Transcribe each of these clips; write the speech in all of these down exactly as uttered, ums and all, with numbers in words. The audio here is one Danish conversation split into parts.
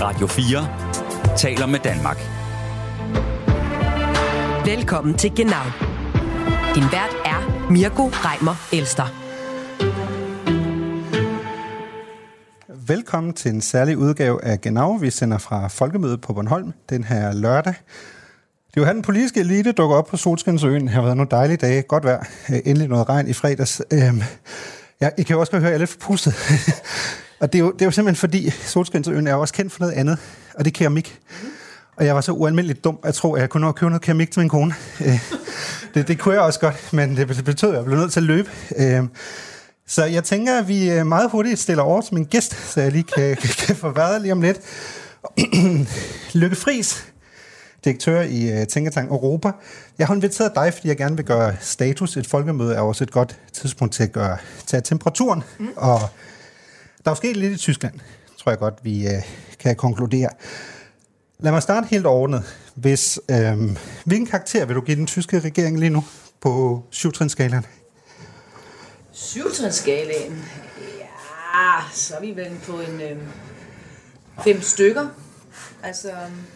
Radio fire taler med Danmark. Velkommen til Genau. Din vært er Mirko Reimer Elster. Velkommen til en særlig udgave af Genau. Vi sender fra Folkemødet på Bornholm den her lørdag. Det er jo her, den politiske elite dukker op på Solskinsøen. Det har været nogle dejlige dage. Godt vejr. Endelig noget regn i fredags. Ja, I kan jo også godt høre, at jeg er lidt forpustet. Og det er, jo, det er jo simpelthen fordi, Solskinsøen er jo også kendt for noget andet, og det er keramik. Og jeg var så ualmindeligt dum at tro, at jeg kunne nå at købe noget keramik til min kone. det, det kunne jeg også godt, men det betød, at jeg blev nødt til at løbe. Så jeg tænker, at vi meget hurtigt stiller over til min gæst, så jeg lige kan, kan få været lige om lidt. Lykke Friis, direktør i Tænketank Europa. Jeg har inviteret dig, fordi jeg gerne vil gøre status. Et folkemøde er også et godt tidspunkt til at gøre, tage temperaturen. Mm. Og der er jo sket lidt i Tyskland, tror jeg godt, vi øh, kan konkludere. Lad mig starte helt ordnet. Hvis, øh, hvilken karakter vil du give den tyske regering lige nu på syv-trinsskalaen? Syv-trinsskalaen? Ja, så er vi vel på en øh, fem stykker. Altså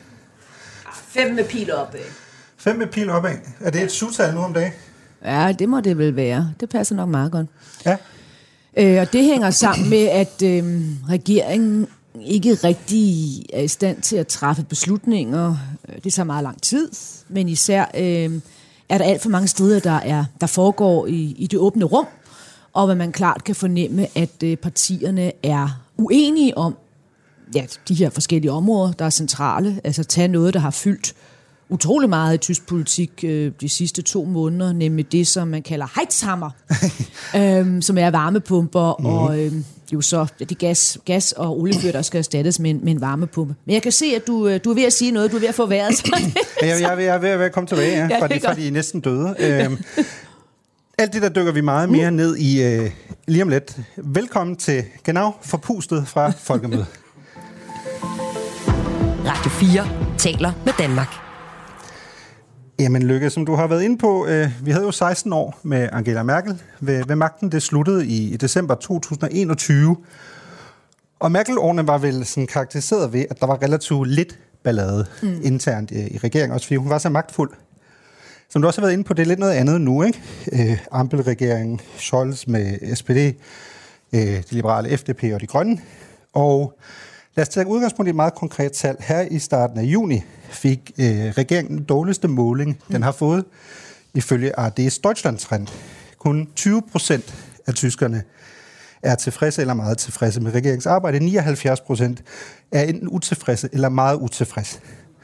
fem med pil opad. Fem med pil opad? Er det et syvtal nu om dagen? Ja, det må det vel være. Det passer nok meget godt. Ja. Øh, og det hænger sammen med, at øh, regeringen ikke rigtig er i stand til at træffe beslutninger. Det tager meget lang tid, men især øh, er der alt for mange strider, der, er, der foregår i, i det åbne rum, og hvor man klart kan fornemme, at øh, partierne er uenige om ja, de her forskellige områder, der er centrale. Altså tage noget, der har fyldt utrolig meget i tysk politik øh, de sidste to måneder, nemlig det, som man kalder Heizhammer, øhm, som er varmepumper, mm. og øh, jo så ja, de gas, gas- og oliefyr, der skal erstattes med en, med en varmepumpe. Men jeg kan se, at du, du er ved at sige noget, du er ved at få vejret. ja, jeg, jeg, jeg er ved at komme tilbage, ja, ja, fra, de, fra de er næsten døde. øhm, alt det, der dykker vi meget mere ned i øh, lige om lidt. Velkommen til Genau forpustet fra Folkemødet. Radio fire taler med Danmark. Jamen Lykke, som du har været inde på, øh, vi havde jo seksten år med Angela Merkel ved, ved magten. Det sluttede i, i december to tusind og enogtyve. Og Merkel-årene var vel sådan karakteriseret ved, at der var relativt lidt ballade mm. internt i, i regeringen, også fordi hun var så magtfuld. Som du også har været inde på, det er lidt noget andet nu, ikke? Øh, Ampel-regeringen, Scholz med S P D, øh, de liberale F D P og de grønne. Og lad os tage udgangspunkt i et meget konkret tal. Her i starten af juni fik øh, regeringen den dårligste måling, den har fået ifølge A R D's Deutschland-trend. Kun tyve procent af tyskerne er tilfredse eller meget tilfredse med regeringens arbejde. nioghalvfjerds procent er enten utilfredse eller meget utilfredse.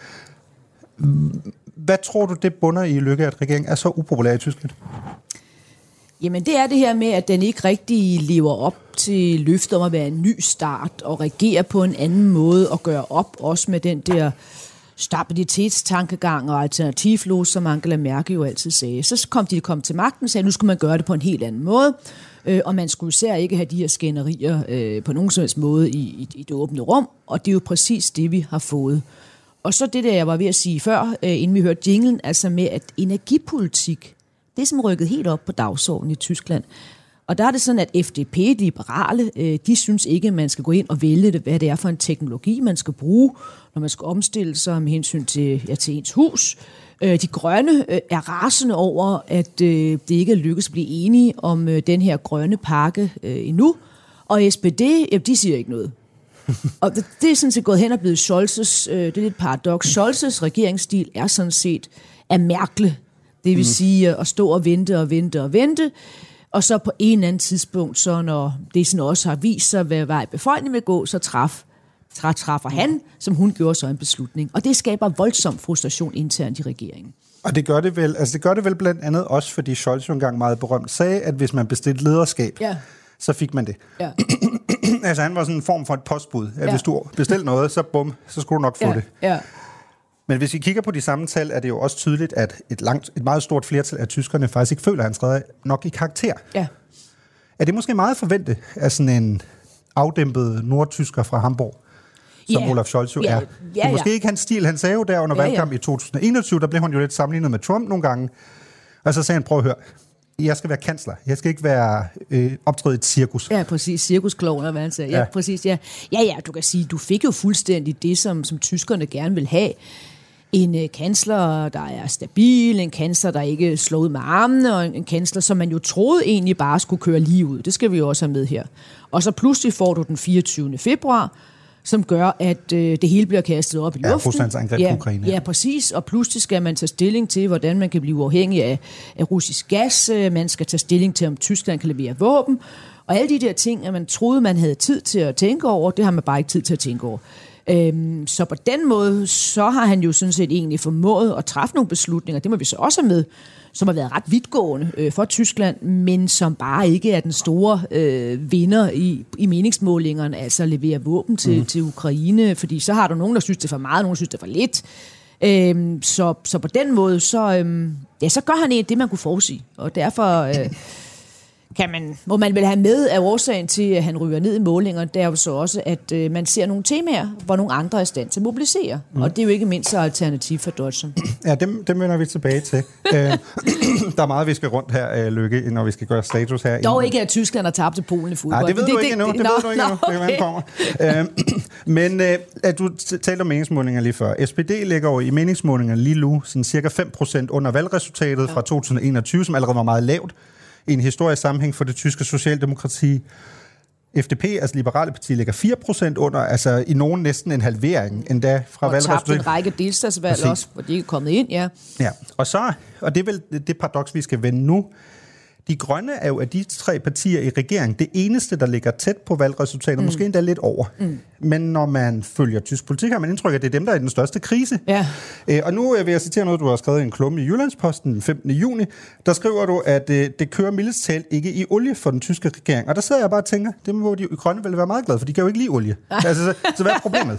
Hvad tror du, det bunder i, Lykke, at regeringen er så upopulær i Tyskland? Jamen det er det her med, at den ikke rigtig lever op til løftet om at være en ny start og regere på en anden måde og gøre op også med den der stabilitetstankegang og alternativlos, som Angela Merkel jo altid sagde. Så kom de kom til magten og sagde, at nu skulle man gøre det på en helt anden måde, øh, og man skulle især ikke have de her skænderier øh, på nogen som helst måde i, i, i det åbne rum, og det er jo præcis det, vi har fået. Og så det der, jeg var ved at sige før, øh, inden vi hørte jinglen, altså med, at energipolitik, det er som rykket helt op på dagsordenen i Tyskland. Og der er det sådan, at F D P, de liberale, øh, de synes ikke, at man skal gå ind og vælge, det, hvad det er for en teknologi, man skal bruge, når man skal omstille sig med hensyn til, ja, til ens hus. Øh, de grønne øh, er rasende over, at øh, det ikke er lykkedes at blive enige om øh, den her grønne pakke øh, endnu. Og S P D, ja, de siger ikke noget. Og det, det er sådan set gået hen og blevet Scholz's, øh, det er lidt paradoks. Scholz's regeringsstil er sådan set af Merkel. Det vil mm. sige at stå og vente og vente og vente. Og så på en eller anden tidspunkt, så når det sådan også har vist sig, hvad vej befolkningen vil gå, så træf, træf, træffer han, som hun gjorde så en beslutning. Og det skaber voldsom frustration internt i regeringen. Og det gør det vel, altså det gør det vel blandt andet også, fordi Scholz jo engang meget berømt sagde, at hvis man bestilte lederskab, ja. så fik man det. Ja. altså han var sådan en form for et postbud, at ja. hvis du bestilte noget, så bum, så skulle du nok få ja. det. Ja. Men hvis vi kigger på de samme tal, er det jo også tydeligt, at et, langt, et meget stort flertal af tyskerne faktisk ikke føler, at han træder nok i karakter. Ja. Er det måske meget forventet af sådan en afdæmpet nordtysker fra Hamburg, som yeah. Olaf Scholz jo ja. er? Ja, det er ja. måske ikke hans stil. Han sagde jo der under ja, valgkamp ja. i to tusind og enogtyve, der blev han jo lidt sammenlignet med Trump nogle gange. Og så sagde han, prøv at høre, jeg skal være kansler. Jeg skal ikke være øh, optræde i et cirkus. Ja, præcis. Cirkusklovner, hvad han sagde. Ja, ja, præcis. Ja. ja, ja, du kan sige, du fik jo fuldstændig det, som, som tyskerne gerne vil have. En øh, kansler, der er stabil, en kansler, der ikke slår ud med armene, og en, en kansler, som man jo troede egentlig bare skulle køre lige ud. Det skal vi jo også have med her. Og så pludselig får du den fireogtyvende februar, som gør, at øh, det hele bliver kastet op i luften. Ja, Ruslands angreb ja, på Ukraine. Ja, præcis. Og pludselig skal man tage stilling til, hvordan man kan blive uafhængig af, af russisk gas. Man skal tage stilling til, om Tyskland kan levere våben. Og alle de der ting, at man troede, man havde tid til at tænke over, det har man bare ikke tid til at tænke over. Øhm, så på den måde, så har han jo sådan set egentlig formået at træffe nogle beslutninger, det må vi så også have med, som har været ret vidtgående øh, for Tyskland, men som bare ikke er den store øh, vinder i, i meningsmålingerne, altså levere våben til, mm. til Ukraine, fordi så har du nogen, der synes, det er for meget, nogen, der synes, det er for lidt. Øhm, så, så på den måde, så, øhm, ja, så gør han egentlig det, man kunne forudsige, og derfor... Øh, Kan man, må man vel have med af årsagen til, at han ryger ned i målingerne, det er jo så også, at øh, man ser nogle temaer, hvor nogle andre er i stand til at mobilisere. Mm. Og det er jo ikke mindst så alternativ for Deutschland. Ja, dem, dem vender vi tilbage til. øh, der er meget, vi skal rundt her, øh, Lykke, når vi skal gøre status her. Dog ikke, at Tyskland har tabt til Polen i fodbold. Nej, det ved det, du ikke endnu. Det, det, det ved du ikke endnu. Okay. Det kommer. øh, men øh, at du talte om meningsmålinger lige før. S P D ligger jo i meningsmålinger lige nu sådan cirka fem procent under valgresultatet ja. fra to tusind og enogtyve, som allerede var meget lavt. I en historisk sammenhæng for det tyske socialdemokrati. F D P, altså Liberale Parti, ligger fire procent under, altså i nogen næsten en halvering endda fra valgresultatet. Og tabt en række delstatsvalg også, hvor de ikke er kommet ind, ja. Ja, og så, og det er vel det paradoks, vi skal vende nu. De Grønne er jo af de tre partier i regeringen det eneste, der ligger tæt på valgresultatet, mm. måske endda lidt over. Mm. Men når man følger tysk politik, har man indtryk af, at det er dem, der er i den største krise. Ja. Æ, og nu vil jeg citere noget, du har skrevet i en klumme i Jyllandsposten den femtende juni. Der skriver du, at øh, det kører mildest talt ikke i olie for den tyske regering. Og der sidder jeg bare og tænker, det må de Grønne vel være meget glade for, de kan jo ikke lide olie. altså, så, så hvad er problemet?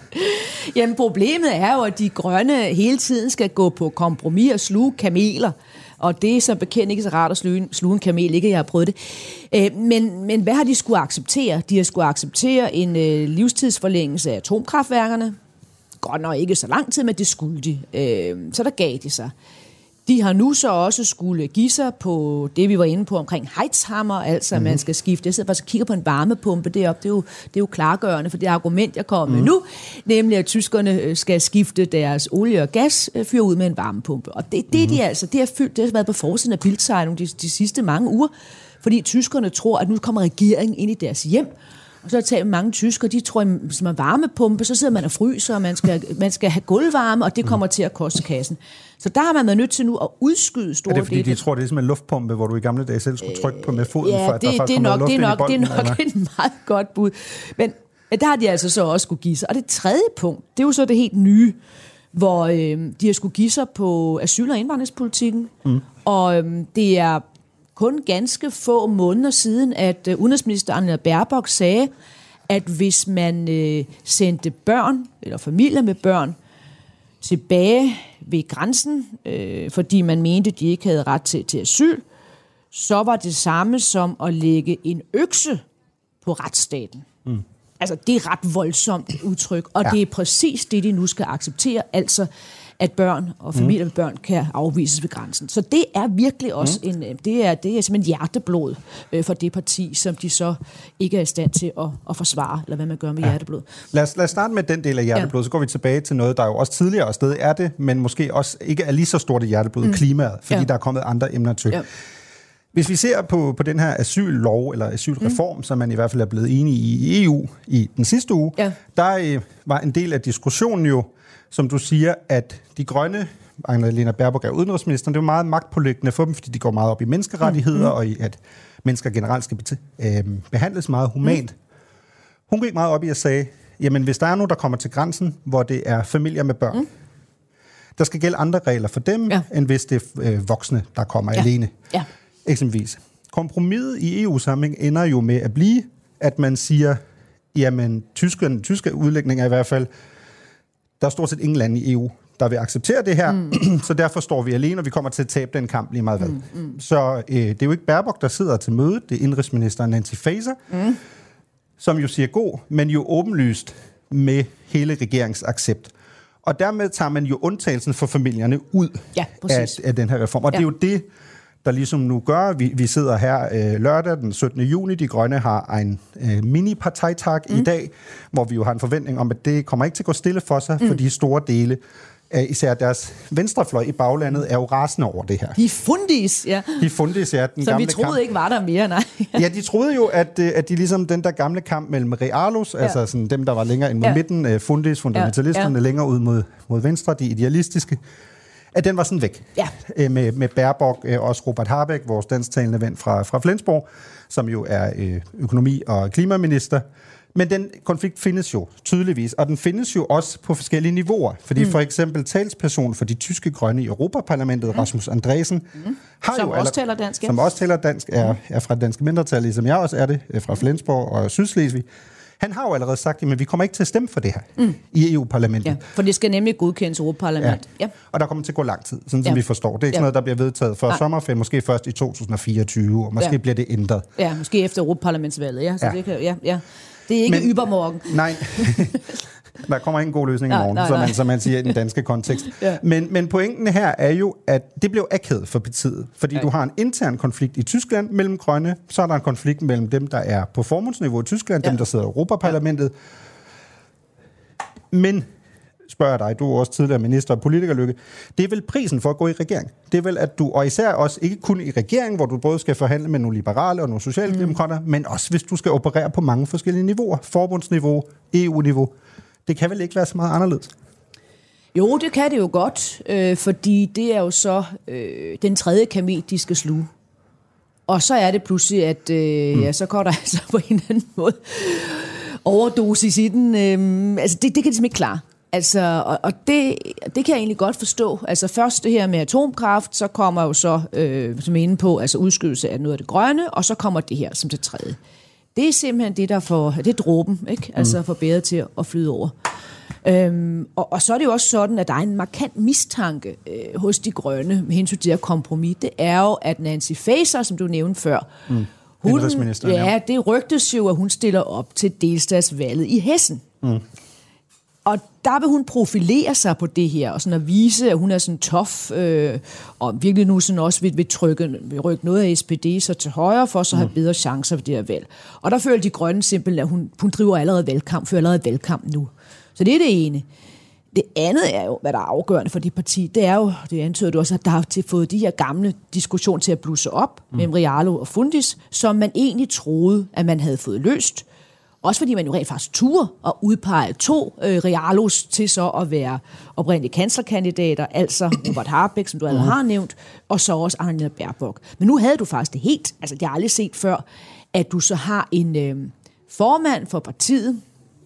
Jamen problemet er jo, at de Grønne hele tiden skal gå på kompromis og sluge kameler. Og det er som bekendt ikke så rart at sluge, sluge en kamel, ikke jeg har prøvet det. Øh, men, men hvad har de skulle acceptere? De har skulle acceptere en øh, livstidsforlængelse af atomkraftværkerne. Godt nok ikke så lang tid, men det skulle de. Øh, så der gav de sig. De har nu så også skulle give sig på det, vi var inde på omkring Heizhammer, altså mm-hmm. man skal skifte. Jeg sidder bare og kigger på en varmepumpe deroppe. Det er jo, det er jo klargørende for det argument, jeg kommer mm. med nu, nemlig at tyskerne skal skifte deres olie- og gasfyr ud med en varmepumpe. Og det, det, mm-hmm. de altså, det, har fyldt, det har været på forsiden af Bild-Zeitung de, de sidste mange uger, fordi tyskerne tror, at nu kommer regeringen ind i deres hjem. Og så tager mange tyskere, de tror, at som er varmepumpe, så sidder man og fryser, og man skal, man skal have gulvvarme, og det kommer til at koste kassen. Så der har man været nødt til nu at udskyde store dele. Er det fordi, de tror, det er som en luftpumpe, hvor du i gamle dage selv skulle trykke på med foden, ja, for at det, der faktisk kommer noget luft det er nok, ind i bolden? Det er nok et meget godt bud. Men der har de altså så også skulle give sig. Og det tredje punkt, det er jo så det helt nye, hvor øh, de har skulle give sig på asyl- og indvandringspolitikken. Mm. Og øh, det er kun ganske få måneder siden, at øh, udenrigsminister Annalena Baerbock sagde, at hvis man øh, sendte børn, eller familier med børn, tilbage ved grænsen, øh, fordi man mente, de ikke havde ret til, til asyl, så var det samme som at lægge en økse på retsstaten. Mm. Altså, det er ret voldsomt udtryk, og ja. det er præcis det, de nu skal acceptere, altså at børn og familier mm. med børn kan afvises ved grænsen. Så det er virkelig også mm. en, det er, det er simpelthen hjerteblod øh, for det parti, som de så ikke er i stand til at, at forsvare, eller hvad man gør med ja. hjerteblod. Lad os, lad os starte med den del af hjerteblod, ja. så går vi tilbage til noget, der jo også tidligere og stadig er det, men måske også ikke er lige så stort et hjerteblod, mm. klimaet, fordi ja. der er kommet andre emner til. Ja. Hvis vi ser på, på den her asyllov, eller asylreform, mm. som man i hvert fald er blevet enige i i E U i den sidste uge, ja. der øh, var en del af diskussionen jo, som du siger, at de grønne, Annalena Baerbock er udenrigsministeren, det er jo meget magtpåliggende for dem, fordi de går meget op i menneskerettigheder, mm. og i at mennesker generelt skal øh, behandles meget humant. Mm. Hun gik meget op i at sige, jamen hvis der er nogen, der kommer til grænsen, hvor det er familier med børn, mm. der skal gælde andre regler for dem, ja. end hvis det er øh, voksne, der kommer ja. alene. Ja. Eksempelvis. Kompromiset i E U-sammenhæng ender jo med at blive, at man siger, jamen tyske, tyske udlægning er i hvert fald, der er stort set ingen lande i E U, der vil acceptere det her, mm. så derfor står vi alene, og vi kommer til at tabe den kamp lige meget hvad. Mm, mm. Så øh, det er jo ikke Baerbock, der sidder til møde, det er indrigsminister Nancy Faeser, mm. som jo siger god, men jo åbenlyst med hele regeringsaccept. Og dermed tager man jo undtagelsen for familierne ud ja, af, af den her reform. Og ja. det er jo det, der ligesom nu gør. Vi, vi sidder her øh, lørdag den syttende juni. De Grønne har en øh, mini-partejtag mm. i dag, hvor vi jo har en forventning om, at det kommer ikke til at gå stille for sig, mm. for de store dele, øh, især deres venstrefløj i baglandet, er jo rasende over det her. De fundis, ja. De fundis, ja. Den Som gamle vi troede kamp. ikke var der mere, nej. Ja, de troede jo, at, at de ligesom den der gamle kamp mellem Realos, ja. altså sådan dem, der var længere ind mod ja. midten, uh, fundis, fundamentalisterne, ja. Ja. længere ud mod, mod venstre, de idealistiske, at den var sådan væk. Ja. Uh, med, med Baerbock, uh, også Robert Habeck, vores dansktalende ven fra, fra Flensborg, som jo er uh, økonomi- og klimaminister. Men den konflikt findes jo tydeligvis, og den findes jo også på forskellige niveauer. Fordi mm. for eksempel talsperson for de tyske grønne i Europaparlamentet, mm. Rasmus Andresen, mm. har som jo også aller, taler dansk, ja. som også taler dansk, er, er fra det danske mindretal, ligesom jeg også er det, fra Flensborg og Sydslesvig. Han har jo allerede sagt, at vi kommer ikke til at stemme for det her mm. i E U-parlamentet. Ja, for det skal nemlig godkendes Europaparlamentet. Ja. Ja. Og der kommer til at gå lang tid, sådan som ja. vi forstår. Det er ikke ja. noget, der bliver vedtaget før sommerferien, måske først i to tusind fireogtyve, og måske ja. bliver det ændret. Ja, måske efter Europaparlamentsvalget, ja. Så ja. det kan, ja, ja. Det er ikke Men, ybermorgen. Nej, der kommer ingen god løsning i morgen, nej, nej, nej. Som, man, som man siger i den danske kontekst. ja. men, men pointen her er jo, at det blev akavet for partiet, fordi ja. du har en intern konflikt i Tyskland mellem grønne, så er der en konflikt mellem dem, der er på formundsniveau i Tyskland, ja. dem, der sidder i Europaparlamentet. Ja. Men spørger dig, du er også tidligere minister og politiker, Lykke, det er vel prisen for at gå i regering. Det er vel, at du, og især også ikke kun i regering, hvor du både skal forhandle med nogle liberale og nogle socialdemokrater, mm. men også hvis du skal operere på mange forskellige niveauer. Forbundsniveau, E U-niveau. Det kan vel ikke være så meget anderledes? Jo, det kan det jo godt, øh, fordi det er jo så øh, den tredje kamel, de skal sluge. Og så er det pludselig, at øh, mm. ja, så går der altså på en eller anden måde overdosis i den. Øh, altså, det, det kan de simpelthen ikke klare. Altså, og, og det, det kan jeg egentlig godt forstå. Altså først det her med atomkraft, så kommer jo så, øh, som inde på, altså udskydelse af noget af det grønne, og så kommer det her som det tredje. Det er simpelthen det, der får, det er dråben, ikke? Altså får bedre til at flyde over. Øhm, og, og så er det jo også sådan, at der er en markant mistanke øh, hos de grønne med hensyn til det her kompromis. Det er jo, at Nancy Faeser, som du nævnte før, mm. hun, ja, det rygtes jo, at hun stiller op til delstatsvalget i Hessen. Mm. Og der vil hun profilere sig på det her, og sådan at vise, at hun er sådan tough, øh, og virkelig nu sådan også vil, vil, trykke, vil rykke noget af S P D så til højre, for så at have bedre chancer for det her valg. Og der føler de grønne simpelthen, at hun, hun driver allerede valgkamp, fører allerede valgkamp nu. Så det er det ene. Det andet er jo, hvad der er afgørende for det parti, det er jo, det antyder du også, at der har til fået de her gamle diskussioner til at blusse op mm. mellem Realo og Fundis, som man egentlig troede, at man havde fået løst. Også fordi man jo rent faktisk turde at udpege to øh, Realos til så at være oprindelige kanslerkandidater, altså Robert Habeck, som du allerede har nævnt, og så også Annalena Baerbock. Men nu havde du faktisk det helt, altså det har jeg aldrig set før, at du så har en øh, formand for partiet,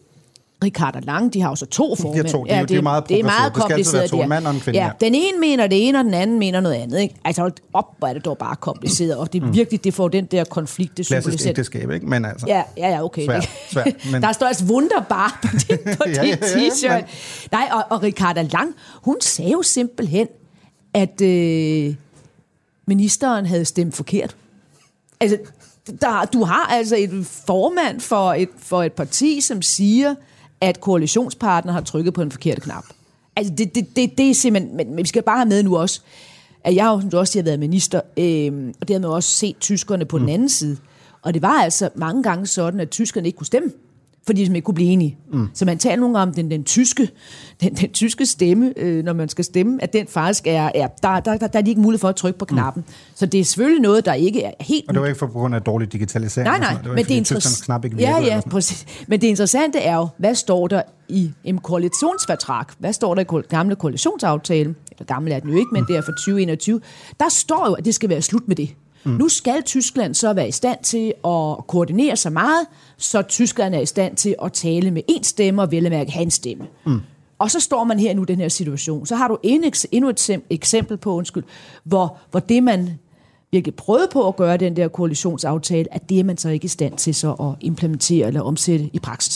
Ricarda Lang, de har jo så to formænd. De to, det, ja, det, det er meget det er meget kompliceret. Det skal en mand og en kvinde. Ja, den ene mener det ene, og den anden mener noget andet. Ikke? Altså, op, hvor er det dog bare kompliceret, og det er virkelig, det får den der konflikt, det klassisk ægteskab, ikke? Men altså. Ja, ja, ja, okay. Svært, svært, men... Der står altså wunderbar på din, på din ja, ja, ja, t-shirt. Men... Nej, og, og Ricarda Lang, hun sagde jo simpelthen, at øh, ministeren havde stemt forkert. Altså, der, du har altså et formand for et, for et parti, som siger, at koalitionspartner har trykket på en forkert knap. Altså, det, det, det, det er simpelthen... Men, men vi skal bare have med nu også, at jeg jo, som du også siger, har været minister, øh, og det har man også set tyskerne på mm. den anden side. Og det var altså mange gange sådan, at tyskerne ikke kunne stemme, fordi de ikke kunne blive enige. Mm. Så man taler nogle gange om den, den, tyske, den, den tyske stemme, øh, når man skal stemme, at den faktisk er... er der, der, der, der er de ikke mulighed for at trykke på knappen. Mm. Så det er selvfølgelig noget, der ikke er helt... Og det var ikke for på grund af dårlig digitalisering? Nej, nej, det var men ikke, det er interessant. Ja, ja, præcis. Men det interessante er jo, hvad står der i en koalitionsvertrag? Hvad står der i gamle koalitionsaftale? Eller gammel er den jo ikke, men mm. det er fra tyve enogtyve. Der står jo, at det skal være slut med det. Mm. Nu skal Tyskland så være i stand til at koordinere sig meget, så Tyskland er i stand til at tale med én stemme og vel at mærke hans stemme. Mm. Og så står man her nu i den her situation. Så har du endnu et eksempel på, undskyld, hvor, hvor det man virkelig prøvede på at gøre den der koalitionsaftale, at det er man så ikke i stand til så at implementere eller omsætte i praksis.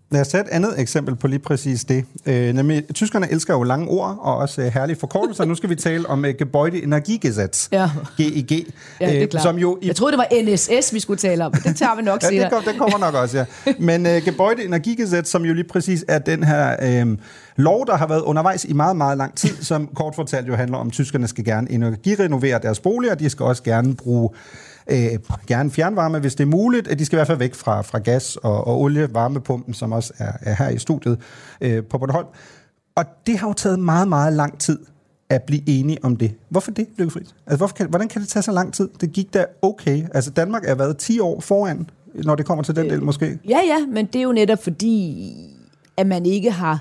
Lad os tage et andet eksempel på lige præcis det. Øh, nemlig, tyskerne elsker jo lange ord og også øh, herlige forkortelser. Nu skal vi tale om øh, Gebäudeenergiegesetz, ja. G E G. Ja, det er klart. Som jo i... Jeg troede, det var N S S, vi skulle tale om. Det tager vi nok ja, senere. Det, kom, det kommer nok også, ja. Men øh, Gebäudeenergiegesetz, som jo lige præcis er den her øh, lov, der har været undervejs i meget, meget lang tid, som kort fortalt jo handler om, at tyskerne skal gerne energirenovere deres boliger. De skal også gerne bruge Øh, gerne fjernvarme, hvis det er muligt. De skal i hvert fald væk fra, fra gas og, og olie, varmepumpen, som også er, er her i studiet øh, på Bornholm. Og det har jo taget meget, meget lang tid at blive enige om det. Hvorfor det, Lykke Friis? Altså, hvorfor kan, hvordan kan det tage så lang tid? Det gik da okay. Altså, Danmark er været ti år foran, når det kommer til den øh, del måske. Ja, ja, men det er jo netop fordi, at man ikke har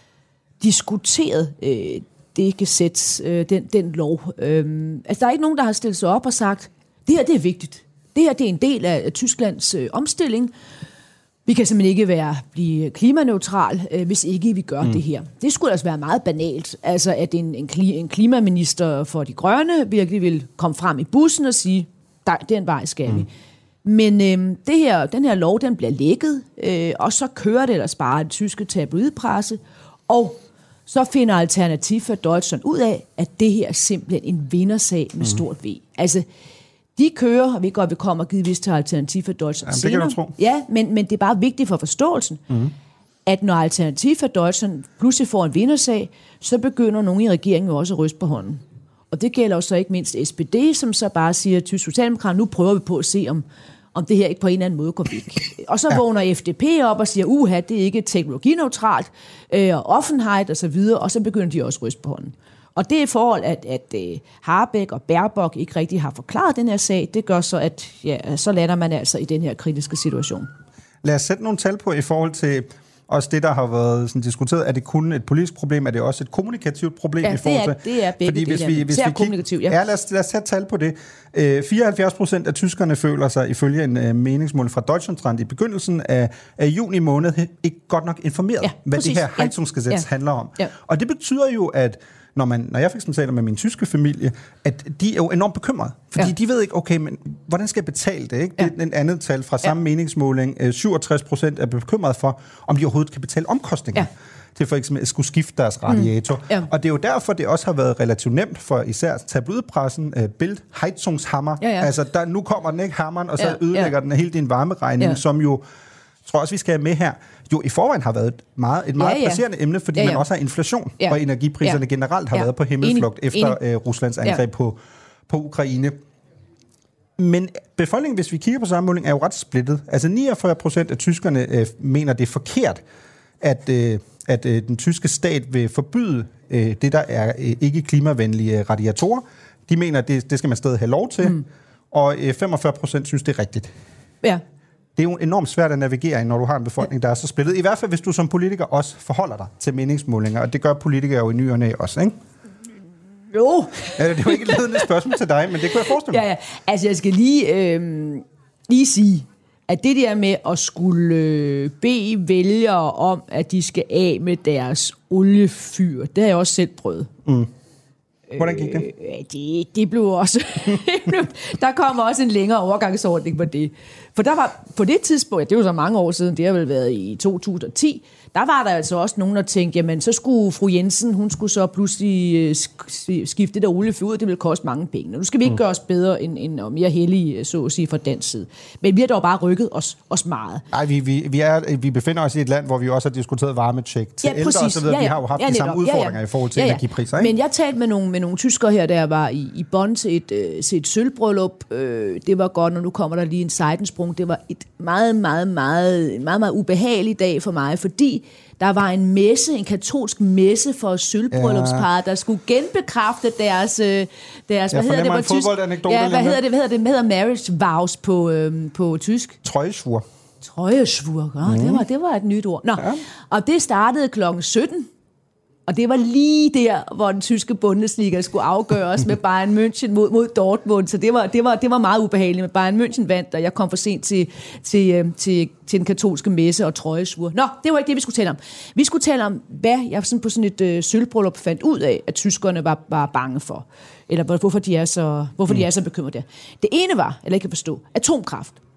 diskuteret øh, det gesetz, øh, den, den lov. Øh, altså, der er ikke nogen, der har stillet sig op og sagt, det her, det er vigtigt. Det her, det er en del af Tysklands øh, omstilling. Vi kan simpelthen ikke være, blive klimaneutral, øh, hvis ikke vi gør mm. det her. Det skulle altså være meget banalt. Altså, at en, en, kli, en klimaminister for de grønne virkelig vil komme frem i bussen og sige, der, den vej skal vi. Mm. Men øh, det her, den her lov, den bliver lækket, øh, og så kører det ellers bare den tyske tabloidpresse, og så finder Alternativ for Deutschland ud af, at det her er simpelthen en vindersag med mm. stort V. Altså, de kører, og vi godt vil komme og givetvis til Alternativ for Deutschland ja, senere. Det kan du tro. Ja, men, men det er bare vigtigt for forståelsen, mm. at når Alternativ for Deutschland pludselig får en vindersag, så begynder nogen i regeringen jo også at ryste på hånden. Og det gælder jo så ikke mindst S P D, som så bare siger til Socialdemokraterne, nu prøver vi på at se, om, om det her ikke på en eller anden måde går væk. Og så ja. vågner F D P op og siger, uha, det er ikke teknologineutralt, øh, og offentlighed og så videre, og så begynder de også at ryste på hånden. Og det forhold, at, at uh, Habeck og Baerbock ikke rigtig har forklaret den her sag, det gør så, at ja, så lander man altså i den her kritiske situation. Lad os sætte nogle tal på i forhold til også det, der har været sådan diskuteret. Er det kun et politisk problem? Er det også et kommunikativt problem? Ja, i forhold til? det er, det er begge Fordi hvis dele. vi, hvis vi kommunikativt, ja. ja lad, os, lad os sætte tal på det. Øh, fireoghalvfjerds procent af tyskerne føler sig ifølge en uh, meningsmåling fra Deutschland i begyndelsen af, af juni måned ikke godt nok informeret, ja, hvad præcis. det her Heizungsgesetz ja. handler om. Ja. Og det betyder jo, at Når, man, når jeg fik taler med min tyske familie, at de er jo enormt bekymrede. Fordi ja. de ved ikke, okay, men hvordan skal jeg betale det? Ikke? Ja. Det er en andet tal fra samme ja. meningsmåling. syvogtres procent er bekymret for, om de overhovedet kan betale omkostninger. Ja. Til for eksempel at skulle skifte deres radiator. Mm. Ja. Og det er jo derfor, det også har været relativt nemt for især tabloidpressen, uh, Bild, Heizungshammer. Ja, ja. Altså, der, nu kommer den ikke hammeren, og så ja. ødelægger ja. den hele din varmeregning, ja. som jo, tror også, vi skal have med her, jo i forvejen har været et meget, et meget ja, ja. presserende emne, fordi ja, ja. man også har inflation, ja. og energipriserne ja. generelt har ja. været på himmelflugt Enig. efter Enig. Uh, Ruslands angreb ja. på, på Ukraine. Men befolkningen, hvis vi kigger på sammenmåling, er jo ret splittet. Altså niogfyrre procent af tyskerne uh, mener, det er forkert, at, uh, at uh, den tyske stat vil forbyde uh, det, der er uh, ikke klimavenlige radiatorer. De mener, at det, det skal man stadig have lov til, mm. og uh, femogfyrre procent synes, det er rigtigt. Ja. Det er jo enormt svært at navigere i, når du har en befolkning, der er så splittet. I hvert fald, hvis du som politiker også forholder dig til meningsmålinger, og det gør politikere jo i ny og næ også, ikke? Jo. Ja, det er jo ikke et ledende spørgsmål til dig, men det kunne jeg forestille mig. Ja, ja. Altså, jeg skal lige, øh, lige sige, at det der med at skulle øh, bede vælgere om, at de skal af med deres oliefyr, det har jeg også selv prøvet. Mm. Hvordan gik det? Øh, det, det blev også... der kom også en længere overgangsordning på det. For der var på det tidspunkt, det var så mange år siden, det har vel været i to tusind og ti, der var der altså også nogen, der tænkte, jamen så skulle fru Jensen, hun skulle så pludselig skifte der oliefyr ud, det ville koste mange penge. Nu skal vi ikke mm. gøre os bedre end, end og mere heldige, så at sige, fra dansk side. Men vi har dog bare rykket os, os meget. Nej, vi, vi, vi, er, vi befinder os i et land, hvor vi også har diskuteret varmetjek til ja, ældre og så videre. Ja, ja. Vi har jo haft ja, de samme udfordringer ja, ja. i forhold til ja, ja. energipriser. Ikke? Men jeg talte med nogle, med nogle tyskere her, der var i, i Bonn til et, øh, til et sølvbryllup. Øh, det var godt, og nu kommer der lige en sejdensprung. Det var et meget, meget, meget, meget, meget ubehagelig dag for mig, fordi der var en messe, en katolsk messe for sølvbryllupsparet, der skulle genbekræfte deres, deres hvad hedder det på tysk? Ja, hvad hedder det? Hvad hedder det? Hvad hedder marriage vows på øhm, på tysk? Treueschwur. Treueschwur, ja, mm. det var det var et nyt ord. Nå, ja. Og det startede klokken sytten. Og det var lige der, hvor den tyske Bundesliga skulle afgøres med Bayern München mod, mod Dortmund. Så det var, det, var, det var meget ubehageligt. Men Bayern München vandt, og jeg kom for sent til, til, til, til den katolske messe og trøjesvur. Nå, det var ikke det, vi skulle tale om. Vi skulle tale om, hvad jeg sådan på sådan et øh, sølvbryllup fandt ud af, at tyskerne var, var bange for. Eller hvorfor de er så, hvorfor mm. de er så bekymrede der. Det ene var, eller ikke kan forstå, atomkraft.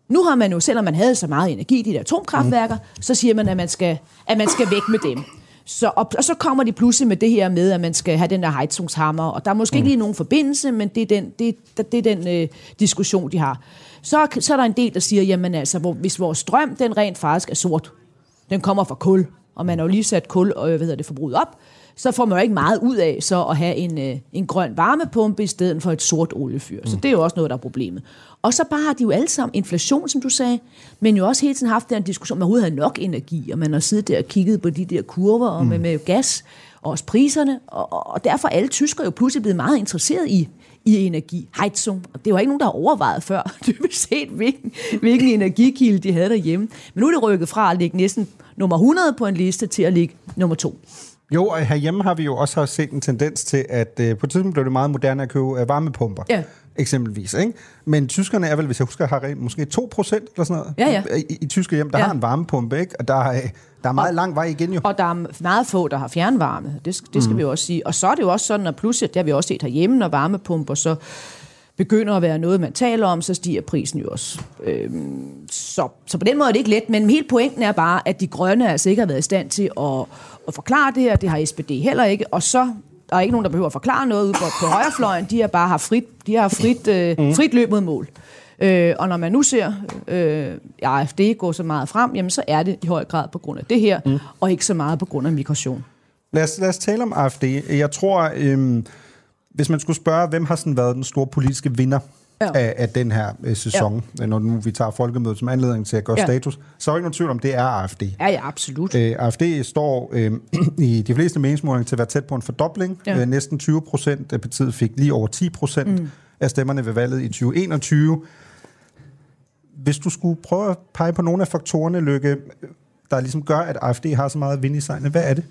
Nu har man jo, selvom man havde så meget energi i de der atomkraftværker, mm. så siger man, at man skal, at man skal væk med dem. Så, og, og så kommer de pludselig med det her med, at man skal have den der Heizungshammer, og der er måske mm. ikke lige nogen forbindelse, men det er den, det, det er den øh, diskussion, de har. Så, så er der en del, der siger, jamen altså, hvor, hvis vores strøm, den rent faktisk er sort, den kommer fra kul, og man har jo lige sat kul og hvad hedder det, forbruget op, så får man jo ikke meget ud af så at have en, øh, en grøn varmepumpe i stedet for et sort oliefyr. Mm. Så det er jo også noget, der er problemet. Og så bare har de jo alle sammen inflation, som du sagde, men jo også hele tiden haft den diskussion, om man overhovedet har nok energi, og man har siddet der og kigget på de der kurver og med, med gas, og også priserne, og, og derfor er alle tyskere jo pludselig blevet meget interesseret i, i energi, Heizung. Og det var ikke nogen, der har overvejet før, dybest set, hvilken, hvilken energikilde de havde derhjemme. Men nu er det rykket fra at ligge næsten nummer hundrede på en liste til at ligge nummer to. Jo, og herhjemme har vi jo også set en tendens til, at øh, på et tidspunkt blev det meget moderne at købe øh, varmepumper, ja. eksempelvis. Ikke? Men tyskerne er vel, hvis jeg husker, har måske to procent eller sådan noget ja, ja. I, i tyske hjem, der ja. har en varmepumpe, ikke? Og der er, der er meget og, lang vej igen jo. Og der er meget få, der har fjernvarme, det, det skal mm. vi jo også sige. Og så er det jo også sådan, at pludselig, det har vi også set herhjemme, når varmepumper så begynder at være noget, man taler om, så stiger prisen jo også. Øhm, så, så på den måde er det ikke let, men hele pointen er bare, at de grønne altså ikke har været i stand til at, at forklare det her, det har S P D heller ikke, og så der er ikke nogen, der behøver at forklare noget ude på, på højrefløjen, de har bare haft frit, de har frit, øh, mm. frit løb mod mål. Øh, og når man nu ser øh, A F D gå så meget frem, jamen så er det i høj grad på grund af det her, mm. og ikke så meget på grund af migration. Lad os, lad os tale om A F D. Jeg tror, øh, hvis man skulle spørge, hvem har sådan været den store politiske vinder ja. af, af den her øh, sæson, ja. når nu vi tager folkemødet som anledning til at gøre ja. status, så er ikke nogen tvivl om, det er A F D. Ja, ja, absolut. Øh, A F D står øh, i de fleste meningsmålinger til at være tæt på en fordobling. Ja. Øh, næsten tyve procent af partiet fik lige over ti procent mm. af stemmerne ved valget i tyve enogtyve. Hvis du skulle prøve at pege på nogle af faktorerne, Lykke, der ligesom gør, at A F D har så meget vind i sejlene, hvad er det?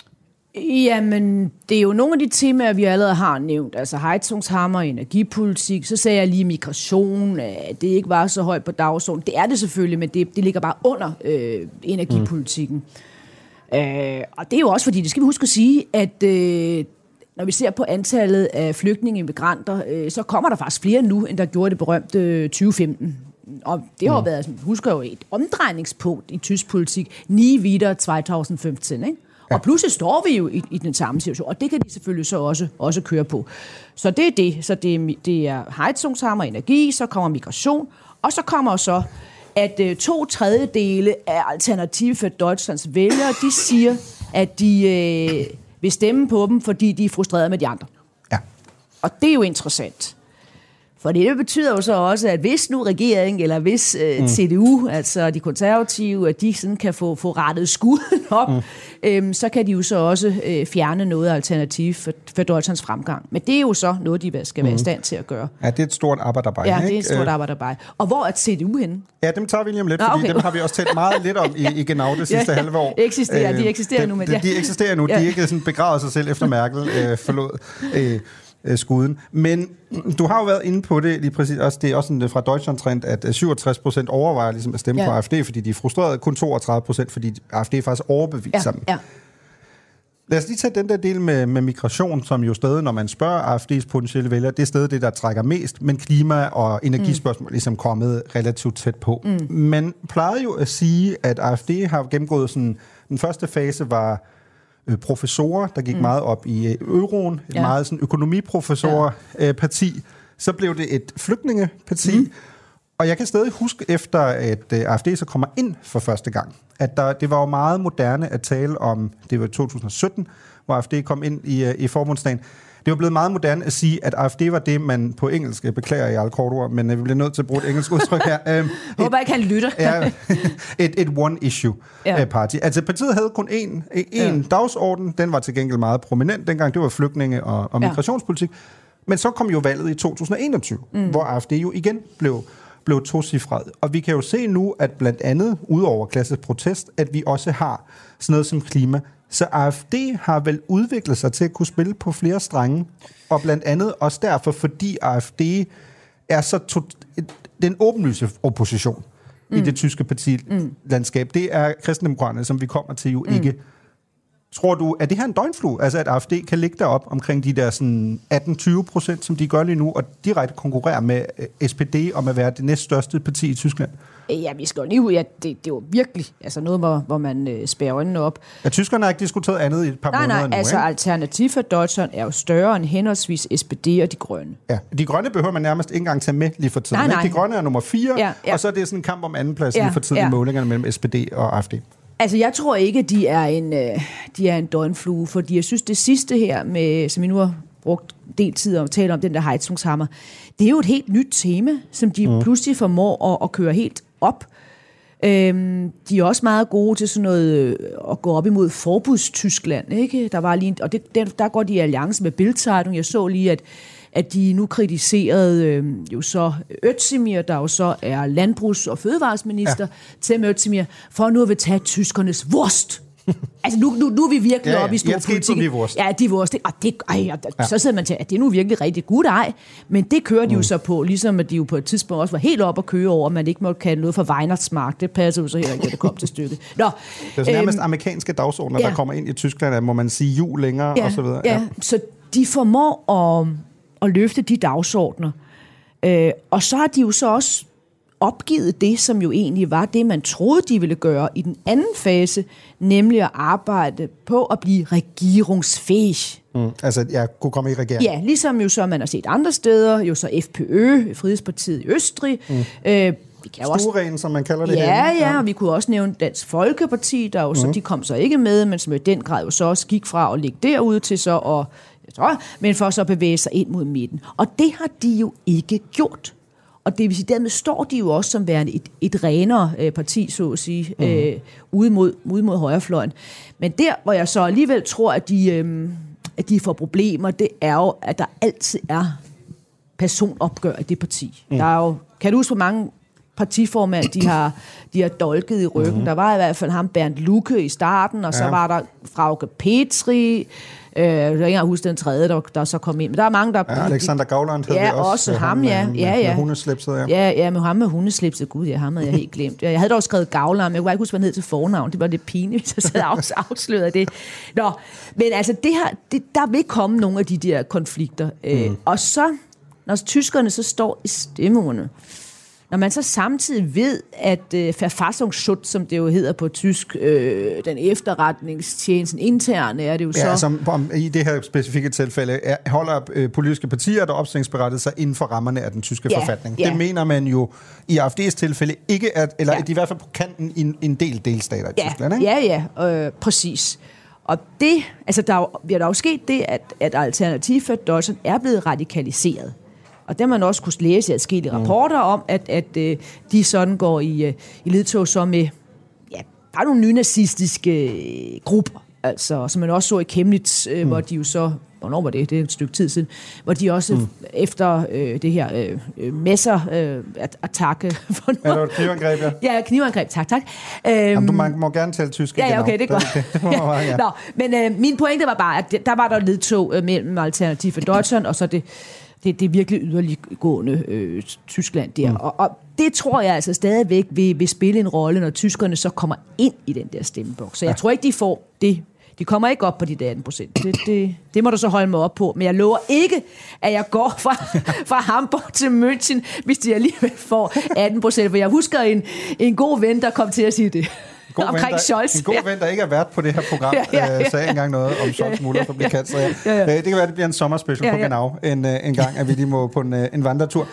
Jamen, det er jo nogle af de temaer, vi allerede har nævnt. Altså Heizungshammer, energipolitik, så sagde jeg lige migration, at det ikke var så højt på dagsordenen. Det er det selvfølgelig, men det, det ligger bare under øh, energipolitikken. Mm. Øh, og det er jo også fordi, det skal vi huske at sige, at øh, når vi ser på antallet af flygtninge og migranter, øh, så kommer der faktisk flere nu, end der gjorde det berømte tyve femten. Og det har jo været, husker jo, et omdrejningspunkt i tysk politik, nie wieder tyve femten, ikke? Og pludselig står vi jo i, i den samme situation, og det kan de selvfølgelig så også, også køre på. Så det er det. Så det er, det er Heizungshammer, energi, så kommer migration, og så kommer så, at uh, to tredjedele af Alternative for Deutschlands vælgere, de siger, at de øh, vil stemme på dem, fordi de er frustrerede med de andre. Ja. Og det er jo interessant. For det betyder jo så også, at hvis nu regeringen, eller hvis øh, C D U, mm. altså de konservative, at de sådan kan få, få rettet skuden op, mm. øhm, så kan de jo så også øh, fjerne noget alternativ for, for Deutschlands fremgang. Men det er jo så noget, de skal være mm. i stand til at gøre. Ja, det er et stort arbejderbejde. Ja, det er et stort arbejderbejde. Og hvor er C D U henne? Ja, dem tager vi lige om lidt, Nå, okay. fordi dem har vi også talt meget lidt om i, i Genau det sidste ja, halve år. Eksisterer, de eksisterer øh, nu. Men, de, de eksisterer nu. Ja. De er ikke sådan begravet sig selv efter Merkel øh, forlod øh, øh, skuden. Men du har jo været inde på det lige præcis. Også, det er også sådan, fra Deutschland-trend, at syvogtres procent overvejer ligesom at stemme ja. på A F D, fordi de er frustrerede. Kun toogtredive procent, fordi A F D faktisk overbeviser dem. Ja. Ja. Lad os lige tage den der del med, med migration, som jo stadig, når man spørger A F D's potentielle vælgere, det er stadig det, der trækker mest, men klima- og energispørgsmål er ligesom kommet relativt tæt på. Mm. Man plejede jo at sige, at A F D har gennemgået sådan, den første fase var øh, professorer, der gik mm. meget op i øh, euroen, et ja. meget sådan økonomiprofessorparti. Ja. Øh, så blev det et flygtningeparti, mm. og jeg kan stadig huske, efter at A F D så kommer ind for første gang, at der, det var jo meget moderne at tale om, det var to tusind sytten, hvor A F D kom ind i, i forbundsdagen. Det var blevet meget moderne at sige, at A F D var det, man på engelsk beklager i alle kortord, men vi bliver nødt til at bruge et engelsk udtryk her. Jeg håber ikke, han lytter. ja, et, et one-issue-party. Ja. Altså partiet havde kun én, én ja. dagsorden, den var til gengæld meget prominent dengang, det var flygtninge- og, og migrationspolitik. Ja. Men så kom jo valget i to tusind enogtyve, mm. hvor A F D jo igen blev blev tocifret. Og vi kan jo se nu, at blandt andet, udover klassisk protest, at vi også har sådan noget som klima. Så A F D har vel udviklet sig til at kunne spille på flere strenge, og blandt andet også derfor, fordi A F D er så to- den åbenlyse opposition mm. i det tyske partilandskab. Det er kristendemokraterne, som vi kommer til, jo mm. ikke Tror du, er det her en døgnflue? Altså, at A F D kan ligge derop omkring de der sådan atten til tyve procent, som de gør lige nu, og direkte konkurrere med S P D om at være det næststørste parti i Tyskland? Ja, vi skal jo lige ud, at det, det var virkelig altså noget, hvor, hvor man øh, spærrer øjnene op. Ja, tyskerne har ikke diskuteret andet i et par nej, måneder nej, nu, altså ikke? Alternativ for Deutschland er jo større end henholdsvis S P D og De Grønne. Ja, De Grønne behøver man nærmest ikke engang tage med lige for tiden. Nej, nej. De Grønne er nummer fire, ja, ja. og så er det sådan en kamp om andenplads ja, lige for tiden ja. i målingerne mellem S P D og A F D. Altså, jeg tror ikke, de er en, de er en døgnflue, fordi jeg synes, det sidste her, med, som vi nu har brugt del tid at tale om, den der Heizungshammer, det er jo et helt nyt tema, som de mm. pludselig formår at, at køre helt op. Øhm, de er også meget gode til sådan noget at gå op imod forbudstyskland, ikke? Der var lige, og det, der, der går de i alliance med Bild-Zeitung. Jeg så lige, at at de nu kritiserede øh, jo så Özdemir, der jo så er landbrugs- og fødevaresminister, ja. til Özdemir, for nu at vi tage tyskernes wurst. Altså nu, nu, nu er vi virkelig ja, ja. oppe i stor politik. Ja, de wurst. Og det, ej, og ja. Så sidder man til, at det er nu virkelig rigtig godt ej. Men det kører de mm. jo så på, ligesom at de jo på et tidspunkt også var helt oppe at køre over, at man ikke måtte kalde noget for Weihnachtsmarkt. Det passer jo så heller ikke, at det kom til stykket. Nå, det er nærmest øhm, amerikanske dagsordner, ja. der kommer ind i Tyskland, må man sige jul længere ja, og så videre. Ja, ja. Så de formår at og løfte de dagsordner. Øh, og så har de jo så også opgivet det, som jo egentlig var det, man troede, de ville gøre i den anden fase, nemlig at arbejde på at blive regeringsfæhig. Mm, altså, jeg kunne komme i regering. Ja, ligesom jo så man har set andre steder, jo så F P Ø, Frihedspartiet i Østrig. Mm. Øh, vi kan Stueren, som man kalder det. Ja, her. ja, og vi kunne også nævne Dansk Folkeparti, der jo mm. så, de kom så ikke med, men som i den grad jo så også gik fra at ligge derude til så at men for så at bevæge sig ind mod midten. Og det har de jo ikke gjort. Og det vil sige, dermed står de jo også som værende et, et renere øh, parti, så at sige, mm. øh, ude, mod, ude mod højrefløjen. Men der, hvor jeg så alligevel tror, at de, øh, at de får problemer, det er jo, at der altid er personopgør i det parti. Mm. Der er jo, kan du huske, hvor mange partiformand, de har, de har dolket i ryggen? Mm. Der var i hvert fald ham Bernd Lucke i starten, og så ja. var der Frauke Petri. Øh, jeg kan ikke engang huske den tredje, der, der så kom ind. Men der er mange, der... Ja, Alexander Gauland havde ja, vi også. også ham, ja. Med, ja, ja. med hundeslipset, ja. Ja, ja, med ham med hundeslipset. Gud, ja, ham havde jeg helt glemt. Jeg havde dog skrevet Gauland, men jeg kunne ikke huske, hvad han hed til fornavn. Det var lidt pinligt, hvis jeg sad afsløret af det. Nå, men altså, det her, det, der vil komme nogle af de der konflikter. Mm. Øh, og så, når tyskerne så står i stemmeurnerne, når man så samtidig ved, at øh, Verfassungsschutz, som det jo hedder på tysk, øh, den efterretningstjenesten interne, er det jo så... Ja, som i det her specifikke tilfælde er, holder øh, politiske partier, der opstillingsberettet sig inden for rammerne af den tyske ja, forfatning. Ja. Det mener man jo i A F D's tilfælde ikke, at, eller ja. at de i hvert fald på kanten i en, en del delstater i ja, Tyskland, ikke? Ja, ja, øh, præcis. Og det, altså der er jo sket det, at, at Alternativ for Deutschland er blevet radikaliseret. Og der man også kunne læse i adskillige rapporter om, at, at øh, de sådan går i, øh, i ledtog så med ja, bare nogle nynazistiske øh, grupper, altså, som man også så i Chemnitz, øh, mm. hvor de jo så, hvornår var det, det er et stykke tid siden, hvor de også mm. efter øh, det her øh, messer-attakke... Øh, ja, det var et knivangreb, ja. Ja, knivangreb, tak, tak. Øhm, Jamen, du må, må gerne tale tysk. Ja, ja, okay, det er godt. Det, det, det må man, ja. Nå, men øh, min pointe var bare, at der var der ledtog øh, mellem Alternativ for Deutschland, og så det... Det, det er virkelig yderliggående øh, Tyskland der. Mm. Og, og det tror jeg altså stadigvæk vil, vil spille en rolle, når tyskerne så kommer ind i den der stemmeboks. Så jeg ja. tror ikke, de får det. De kommer ikke op på de der atten procent. Det, det, det må du så holde mig op på. Men jeg lover ikke, at jeg går fra, fra Hamburg til München, hvis de alligevel får atten procent. For jeg husker en, en god ven, der kom til at sige det. God ven, der, en god ven, der ikke er vært på det her program, ja, ja, ja. sagde engang noget om Scholz mulighed for at blive kansler. Ja. Ja, ja. Det kan være, at det bliver en sommerspecial ja, ja. på Genau en, en gang, at vi lige må på en, en vandretur.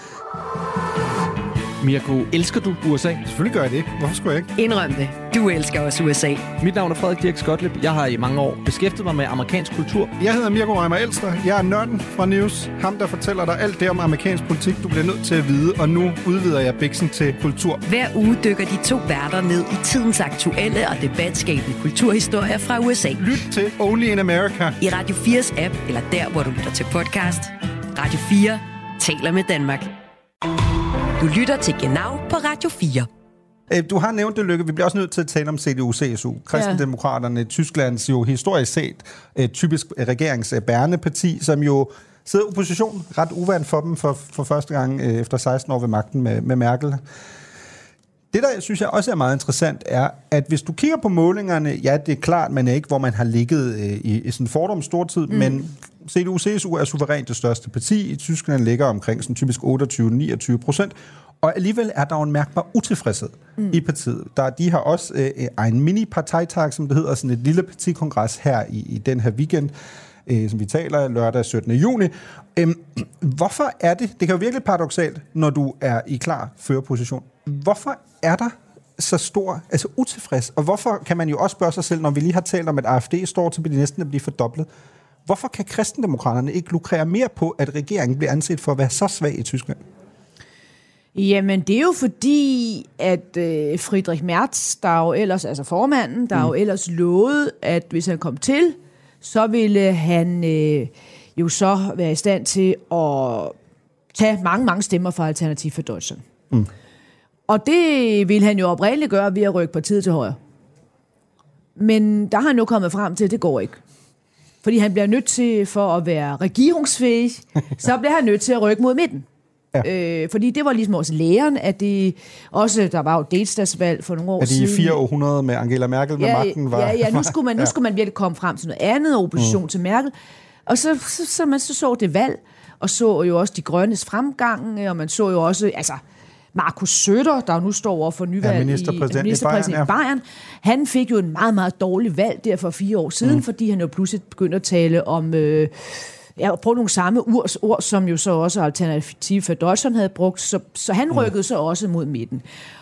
Mirko, elsker du U S A? Selvfølgelig gør jeg det. Hvorfor skulle jeg ikke? Indrøm det. Du elsker også U S A. Mit navn er Frederik Dirk Skotlip. Jeg har i mange år beskæftiget mig med amerikansk kultur. Jeg hedder Mirko Reimer Elster. Jeg er nørden fra News. Ham, der fortæller dig alt det om amerikansk politik, du bliver nødt til at vide. Og nu udvider jeg biksen til kultur. Hver uge dykker de to værter ned i tidens aktuelle og debatskabende kulturhistorier fra U S A. Lyt til Only in America. I Radio fires app, eller der, hvor du lytter til podcast. Radio fire taler med Danmark. Du lytter til Genau på Radio fire. Du har nævnt det, Lykke. Vi bliver også nødt til at tale om C D U C S U. Kristendemokraterne, Tysklands jo historisk set typisk regeringsbærende parti, som jo sidder i opposition. Ret uvant for dem for, for første gang efter seksten år ved magten med, med Merkel. Det, der synes jeg også er meget interessant, er, at hvis du kigger på målingerne, ja, det er klart, man er ikke, hvor man har ligget øh, i, i sådan en fordom stortid, mm. men C D U C S U er suverænt det største parti. I Tyskland ligger omkring sådan typisk otteogtyve til niogtyve procent. Og alligevel er der jo en mærkbar utilfredshed mm. i partiet. Der, de har også øh, en mini-partejtag, som det hedder, sådan et lille partikongres her i, i den her weekend, øh, som vi taler lørdag syttende juni. Øhm, hvorfor er det, det kan jo virkelig paradoksalt, når du er i klar førerposition, hvorfor er der så stor, altså utilfreds, og hvorfor kan man jo også spørge sig selv, når vi lige har talt om, at A F D står til næsten at blive fordoblet, hvorfor kan kristendemokraterne ikke lukrere mere på, at regeringen bliver anset for at være så svag i Tyskland? Jamen, det er jo fordi, at øh, Friedrich Merz, der er jo ellers, altså formanden, der mm. er jo ellers lovet, at hvis han kom til, så ville han øh, jo så være i stand til at tage mange, mange stemmer fra Alternativ for Deutschland. Mm. Og det ville han jo oprindeligt gøre ved at rykke partiet til højre. Men der har han nu kommet frem til, at det går ikke. Fordi han bliver nødt til, for at være regeringsfæhig, så bliver han nødt til at rykke mod midten. Ja. Øh, fordi det var ligesom også læren, at det også, der var jo delstatsvalg for nogle år siden. At de fire århundrede med Angela Merkel med ja, magten var... Ja, ja, nu skulle man, nu skulle man virkelig komme frem til noget andet, opposition mm. til Merkel. Og så, så, så man så, så det valg, og så jo også de grønnes fremgang, og man så jo også, altså... Markus Söder, der nu står over for nyvalg ja, ministerpræsident i, ministerpræsident i Bayern, Bayern, han fik jo en meget, meget dårlig valg der for fire år siden, mm. fordi han jo pludselig begyndte at tale om, øh, ja, prøve nogle samme ord, ord, som jo så også Alternativ for Deutschland havde brugt, så, så han rykkede mm. så også mod midten.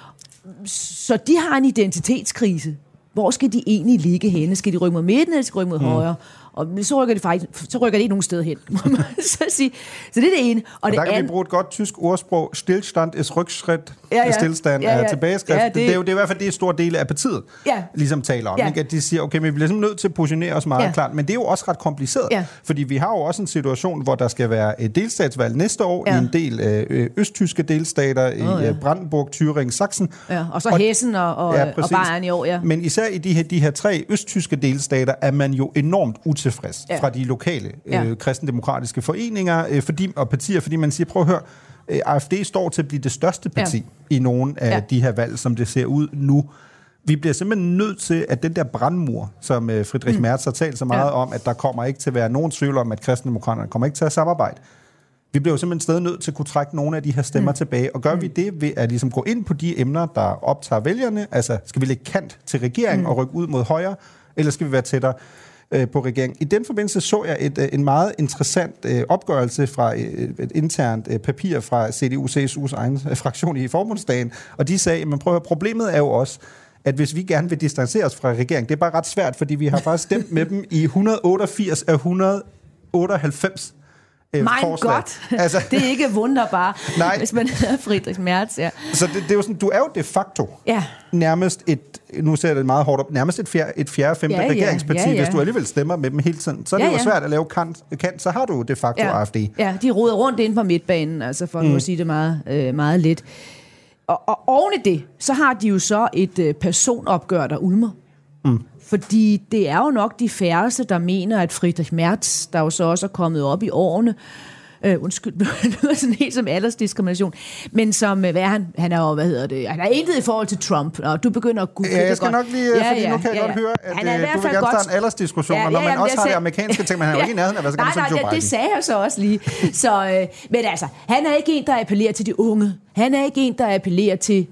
Så de har en identitetskrise. Hvor skal de egentlig ligge henne? Skal de rykke mod midten, eller skal de rykke mod mm. højre? Og så rykker de faktisk, så rykker de ikke nogen sted hen, må man så sige. Så det er det ene. Og, og det der kan an... vi bruge et godt tysk ordsprog. Stillstand ist Rückschritt. Ja, ja. Stillstand ja, ja. er tilbageskrift. Ja, det... det er jo det er i hvert fald det, store dele af partiet ja. ligesom taler om. Ja. Ikke? At de siger, okay, men vi bliver simpelthen nødt til at positionere os meget ja. klart. Men det er jo også ret kompliceret. Ja. Fordi vi har jo også en situation, hvor der skal være et delstatsvalg næste år ja. i en del øh, østtyske delstater, oh, ja. i Brandenburg, Thüringen, Sachsen. Ja. Og så Hessen og, og, ja, og Bayern i år, ja. Men især i de her, de her tre østtyske delstater er man jo enormt utilfreds ja. fra de lokale ja. øh, kristendemokratiske foreninger øh, fordi, og partier, fordi man siger, prøv at høre, øh, A F D står til at blive det største parti ja. i nogle af ja. de her valg, som det ser ud nu. Vi bliver simpelthen nødt til, at den der brandmur, som øh, Friedrich mm. Merz har talt så meget ja. om, at der kommer ikke til at være nogen tvivl om, at kristendemokraterne kommer ikke til at samarbejde. Vi bliver jo simpelthen stadig nødt til at kunne trække nogle af de her stemmer mm. tilbage, og gør mm. vi det ved at ligesom gå ind på de emner, der optager vælgerne, altså skal vi lægge kant til regeringen mm. og rykke ud mod højre, eller skal vi være tættere på regeringen. I den forbindelse så jeg et, en meget interessant øh, opgørelse fra et, et internt øh, papir fra C D U C S U's egen øh, fraktion i forbundsdagen, og de sagde, men prøv at høre, problemet er jo også, at hvis vi gerne vil distancere os fra regeringen, det er bare ret svært, fordi vi har bare stemt med dem i et hundrede og otteogfirs af et hundrede og otteoghalvfems Mein Gott, altså, det er ikke wunderbar, nej. Hvis man hedder Friedrich Merz. Ja. Så det, det er jo sådan, du er jo de facto ja. nærmest et, nu ser jeg det meget hårdt op, nærmest et fjerde, et fjerde femte ja, regeringsparti, ja, ja. hvis du alligevel stemmer med dem hele tiden. Så er det ja, jo ja. svært at lave kant, kant, så har du de facto ja. A F D. Ja, de roder rundt inde på midtbanen, altså for mm. at sige det meget, øh, meget lidt. Og, og oven i det, så har de jo så et øh, personopgør, der ulmer. Mm. Fordi det er jo nok de færreste, der mener, at Friedrich Merz, der jo så også er kommet op i årene, øh, undskyld, det er sådan helt som aldersdiskrimination, men som, hvad er han? Han er jo, hvad hedder det, han er intet i forhold til Trump, og du begynder at google. Ja, jeg skal nok lige, ja, fordi ja, nu kan jeg ja, godt høre, at han er du vil gerne starte en aldersdiskussion, ja, ja, og når man ja, også har det amerikanske ting, man har jo ikke i nærheden af, hvad så kan man så Joe Biden? Nej, det sagde jeg så også lige. Så, øh, men altså, han er ikke en, der appellerer til de unge. Han er ikke en, der appellerer til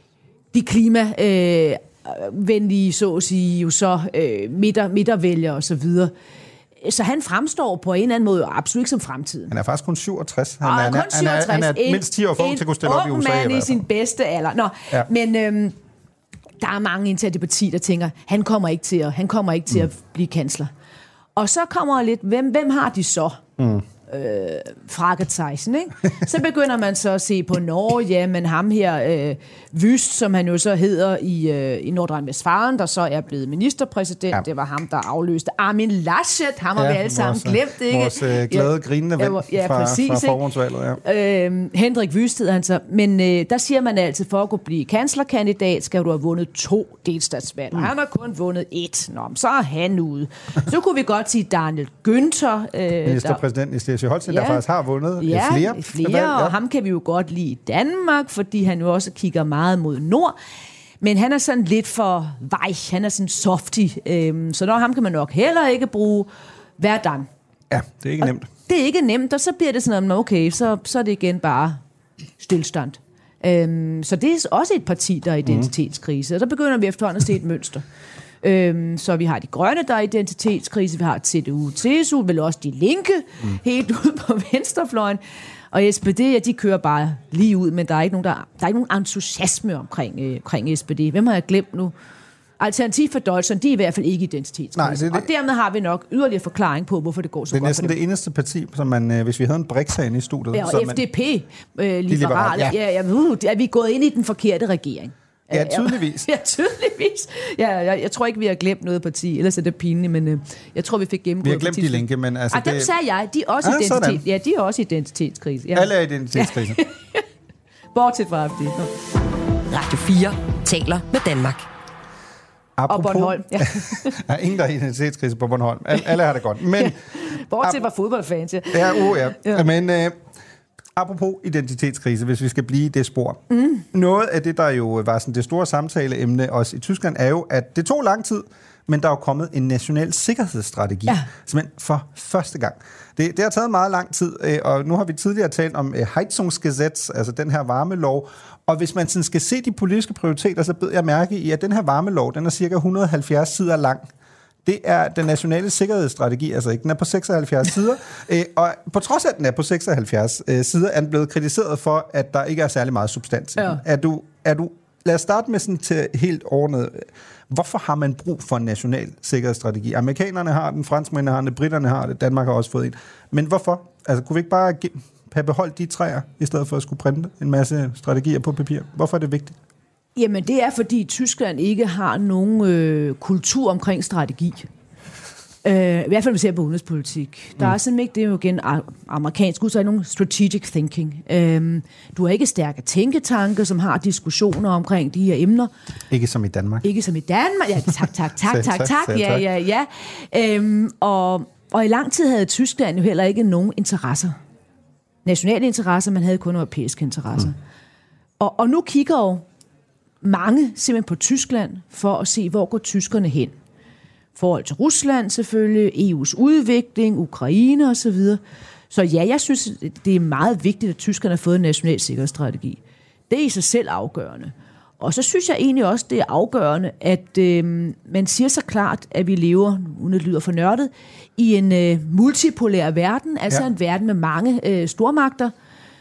de klima... Øh, venlige, så at sige, jo så øh, midter, midtervælger og så videre. Så han fremstår på en eller anden måde absolut ikke som fremtiden. Han er faktisk kun syvogtres. Han, oh, er, kun han, er, han er en, mindst ti år for ung til at kunne stille op i U S A. En ung mand i sin bedste alder. Nå, ja. Men øhm, der er mange internt i parti, der tænker, han kommer ikke til at, han kommer ikke til mm. at blive kansler. Og så kommer lidt, hvem, hvem har de så? Mm. Øh, Fragezeichen, ikke? Så begynder man så at se på Norge, ja, men ham her, øh, Wüst, som han jo så hedder i, øh, i Nordrhein-Westfalen, der så er blevet ministerpræsident, ja. Det var ham, der afløste Armin Laschet, ham har ja, vi alle sammen vores, glemt, ikke? Vores øh, glade, ja, grinende ven ja, ja, fra, præcis, fra forbundsvalget, ja. Øh, Hendrik Wüst hedder han så, men øh, der siger man altid, for at kunne blive kanslerkandidat, skal du have vundet to delstatsvalg, mm. han har kun vundet et, nå, så er han ude. Så kunne vi godt sige Daniel Günther, øh, ministerpræsident i Schleswig-Holstein, ja. der faktisk har vundet ja, flere. flere valg, ja. Og ham kan vi jo godt lide i Danmark, fordi han jo også kigger meget mod nord. Men han er sådan lidt for weich, han er sådan softy, øhm, så når ham kan man nok heller ikke bruge hverdagen. Ja, det er ikke og nemt. Det er ikke nemt, og så bliver det sådan noget, okay, så, så er det igen bare stillstand. Øhm, så det er også et parti, der er identitetskrise, og der begynder vi efterhånden at se et mønster. Øhm, så vi har de grønne, der er identitetskrise, vi har C D U, C S U, vel også de linke, mm. helt ude på venstrefløjen. Og S P D, ja, de kører bare lige ud, men der er ikke nogen, der, der er ikke nogen entusiasme omkring, øh, omkring S P D. Hvem har jeg glemt nu? Alternativ for Deutschland, de er i hvert fald ikke identitetskrise. Nej, det det. Og dermed har vi nok yderligere forklaring på, hvorfor det går så godt. Det er næsten det eneste parti, som man, øh, hvis vi havde en Brix-sagen i studiet... Ja, og så F D P, man, øh, liberale, ja. Ja, ja, uh, er vi gået ind i den forkerte regering. Ja, tydeligvis. Ja, tydeligvis. Ja, jeg, jeg tror ikke, vi har glemt noget parti, ellers er det pinligt, men øh, jeg tror, vi fik gennemgået... Vi har glemt de linke, men altså... Ah, det... dem sagde jeg, de er også, ah, identitet, ja, de er også identitetskrise. Ja. Alle er identitetskrise. Bortset fra F D. Radio fire taler med Danmark. Apropos, og Bornholm. Ja. Der er ingen, der er identitetskrise på Bornholm. Alle, alle har det godt. Men, bortset fra fodboldfans, ja. Ja, uh, ja. ja. Men... Øh, apropos identitetskrise, hvis vi skal blive i det spor. Mm. Noget af det, der jo var sådan det store samtaleemne også i Tyskland, er jo, at det tog lang tid, men der er jo kommet en national sikkerhedsstrategi, ja. Simpelthen for første gang. Det, det har taget meget lang tid, og nu har vi tidligere talt om Heizungsgesetz, altså den her varmelov, og hvis man sådan skal se de politiske prioriteter, så bed jeg mærke i, at den her varmelov, den er cirka et hundrede og halvfjerds sider lang. Det er den nationale sikkerhedsstrategi, altså ikke. Den er på seksoghalvfjerds sider, øh, og på trods af, at den er på seksoghalvfjerds øh, sider, er den blevet kritiseret for, at der ikke er særlig meget substans. Ja. Er du, er du, lad os starte med sådan til helt ordnet. Hvorfor har man brug for en national sikkerhedsstrategi? Amerikanerne har den, franskmændene har den, britterne har det, Danmark har også fået en. Men hvorfor? Altså, kunne vi ikke bare have beholdt de træer, i stedet for at skulle printe en masse strategier på papir? Hvorfor er det vigtigt? Jamen, det er, fordi Tyskland ikke har nogen øh, kultur omkring strategi. Øh, I hvert fald, hvis vi ser på udenrigspolitik. Der mm. er simpelthen ikke, det er jo igen amerikansk ud, så er nogen strategic thinking. Øh, du har ikke stærke tænketanke, som har diskussioner omkring de her emner. Ikke som i Danmark. Ikke som i Danmark. Ja, tak, tak, tak, tak, tak. Ja, ja, ja. Øh, og, og i lang tid havde Tyskland jo heller ikke nogen interesser. Nationale interesser, man havde kun europæiske interesser. Mm. Og, og nu kigger jo mange simpelthen på Tyskland for at se, hvor går tyskerne hen. Forhold til Rusland selvfølgelig, E U's udvikling, Ukraine osv. Så ja, jeg synes, det er meget vigtigt, at tyskerne har fået en national sikkerhedsstrategi. Det er i sig selv afgørende. Og så synes jeg egentlig også, det er afgørende, at øh, man siger så klart, at vi lever, uden det lyder for nørdet, i en øh, multipolær verden, altså ja. En verden med mange øh, stormagter,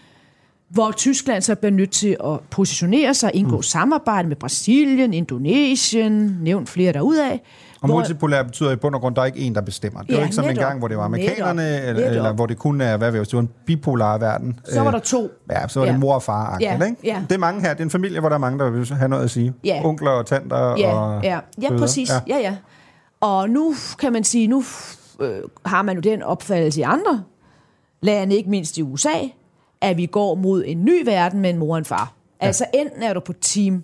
hvor Tyskland så bliver nødt til at positionere sig, indgå mm. samarbejde med Brasilien, Indonesien, nævnt flere derudaf. Og hvor, multipolær betyder i bund og grund, der er ikke en, der bestemmer. Det er ja, jo ikke som en gang, hvor det var amerikanerne, netop, eller, netop. eller hvor det kun er, hvad ved jeg, det var en bipolar verden. Så var der to. Ja, så var ja. det mor og far ja, ikke? Ja. Det er mange her, det er en familie, hvor der er mange, der vil have noget at sige. Ja. Onkler og tanter ja, og ja, ja, præcis. Ja. ja, ja. Og nu kan man sige, nu øh, har man jo den opfattelse i andre lande, ikke mindst i U S A, at vi går mod en ny verden med en mor og en far. Ja. Altså enten er du på team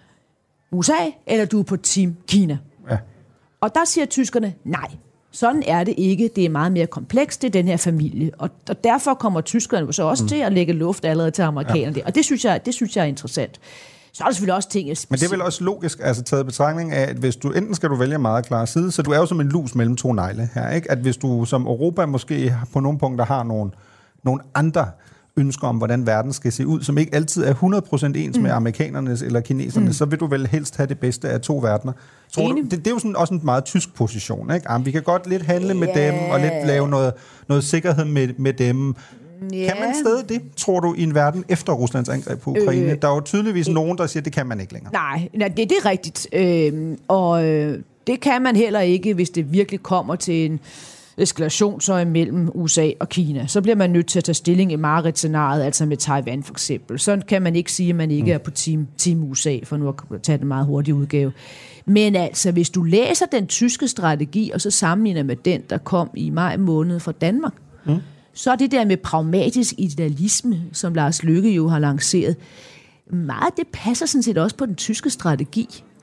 U S A, eller du er på team Kina. Ja. Og der siger tyskerne, nej, sådan er det ikke. Det er meget mere komplekst, det er den her familie. Og, og derfor kommer tyskerne så også mm. til at lægge luft allerede til amerikanerne. Ja. Og det synes, jeg, det synes jeg er interessant. Så er der selvfølgelig også ting... Men det er vel også logisk, altså taget betragtning af, at hvis du, enten skal du vælge meget klar side, så du er jo som en lus mellem to negle her, ikke? At hvis du som Europa måske på nogle punkter har nogle, nogle andre ønsker om, hvordan verden skal se ud, som ikke altid er hundrede procent ens mm. med amerikanernes eller kinesernes, mm. så vil du vel helst have det bedste af to verdener. Tror du, det, det er jo sådan også en meget tysk position, ikke? Jamen, vi kan godt lidt handle med yeah. dem, og lidt lave noget, noget sikkerhed med, med dem. Yeah. Kan man stadig det, tror du, i en verden efter Ruslands angreb på Ukraine? Øh, der er jo tydeligvis øh, nogen, der siger, at det kan man ikke længere. Nej, nej det, det er rigtigt. Øh, og øh, det kan man heller ikke, hvis det virkelig kommer til en eskalation så imellem U S A og Kina. Så bliver man nødt til at tage stilling i mareridtscenariet, altså med Taiwan for eksempel. Så kan man ikke sige, at man ikke er på team, team U S A, for nu at tage den meget hurtige udgave. Men altså, hvis du læser den tyske strategi, og så sammenligner med den, der kom i maj måned fra Danmark, mm. så er det der med pragmatisk idealisme, som Lars Løkke jo har lanceret, meget det passer sådan set også på den tyske strategi.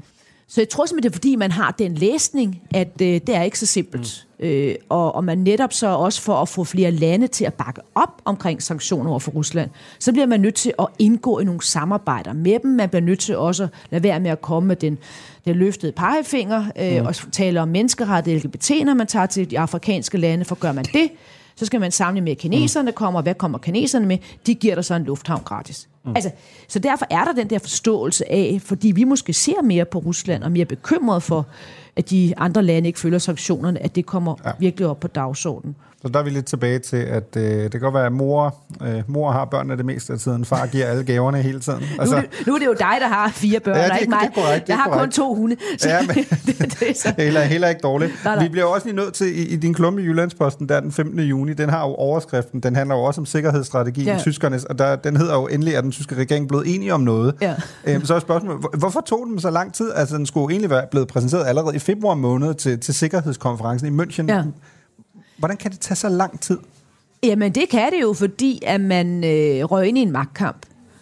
Så jeg tror simpelthen, det er fordi, man har den læsning, at øh, det er ikke så simpelt. Mm. Øh, og, og man netop så også for at få flere lande til at bakke op omkring sanktioner over for Rusland, så bliver man nødt til at indgå i nogle samarbejder med dem. Man bliver nødt til også at lade være med at komme med den, den løftede pegefinger øh, mm. og tale om menneskerettigheder L G B T, når man tager til de afrikanske lande, for gør man det, så skal man samle med kineserne kommer, hvad kommer kineserne med? De giver dig så en lufthavn gratis. Mm. Altså, så derfor er der den der forståelse af, fordi vi måske ser mere på Rusland og mere bekymret for, at de andre lande ikke følger sanktionerne, at det kommer ja. virkelig op på dagsordenen. Så der er vi lidt tilbage til, at øh, det kan godt være, at mor, øh, mor har børnene det meste af tiden, far giver alle gaverne hele tiden. Altså, nu, er det, nu er det jo dig, der har fire børn, ja, det, og ikke mig. Det er korrekt, det er jeg har korrekt. kun to hunde. Så ja, men det, det er så. heller, heller ikke dårligt. Nej, nej. Vi bliver også lige nødt til, i, i din klumme i Jyllandsposten, der den femtende juni, den har jo overskriften, den handler jo også om sikkerhedsstrategi ja. i tyskernes, og der, den hedder jo endelig, at den tyske regering blevet enige om noget. Ja. Øhm, så er spørgsmålet, hvorfor tog den så lang tid? Altså, den skulle egentlig være blevet præsenteret allerede i februar måned til, til sikkerhedskonferencen i München. Ja. Hvordan kan det tage så lang tid? Jamen, det kan det jo, fordi at man øh, røg ind i en magtkamp.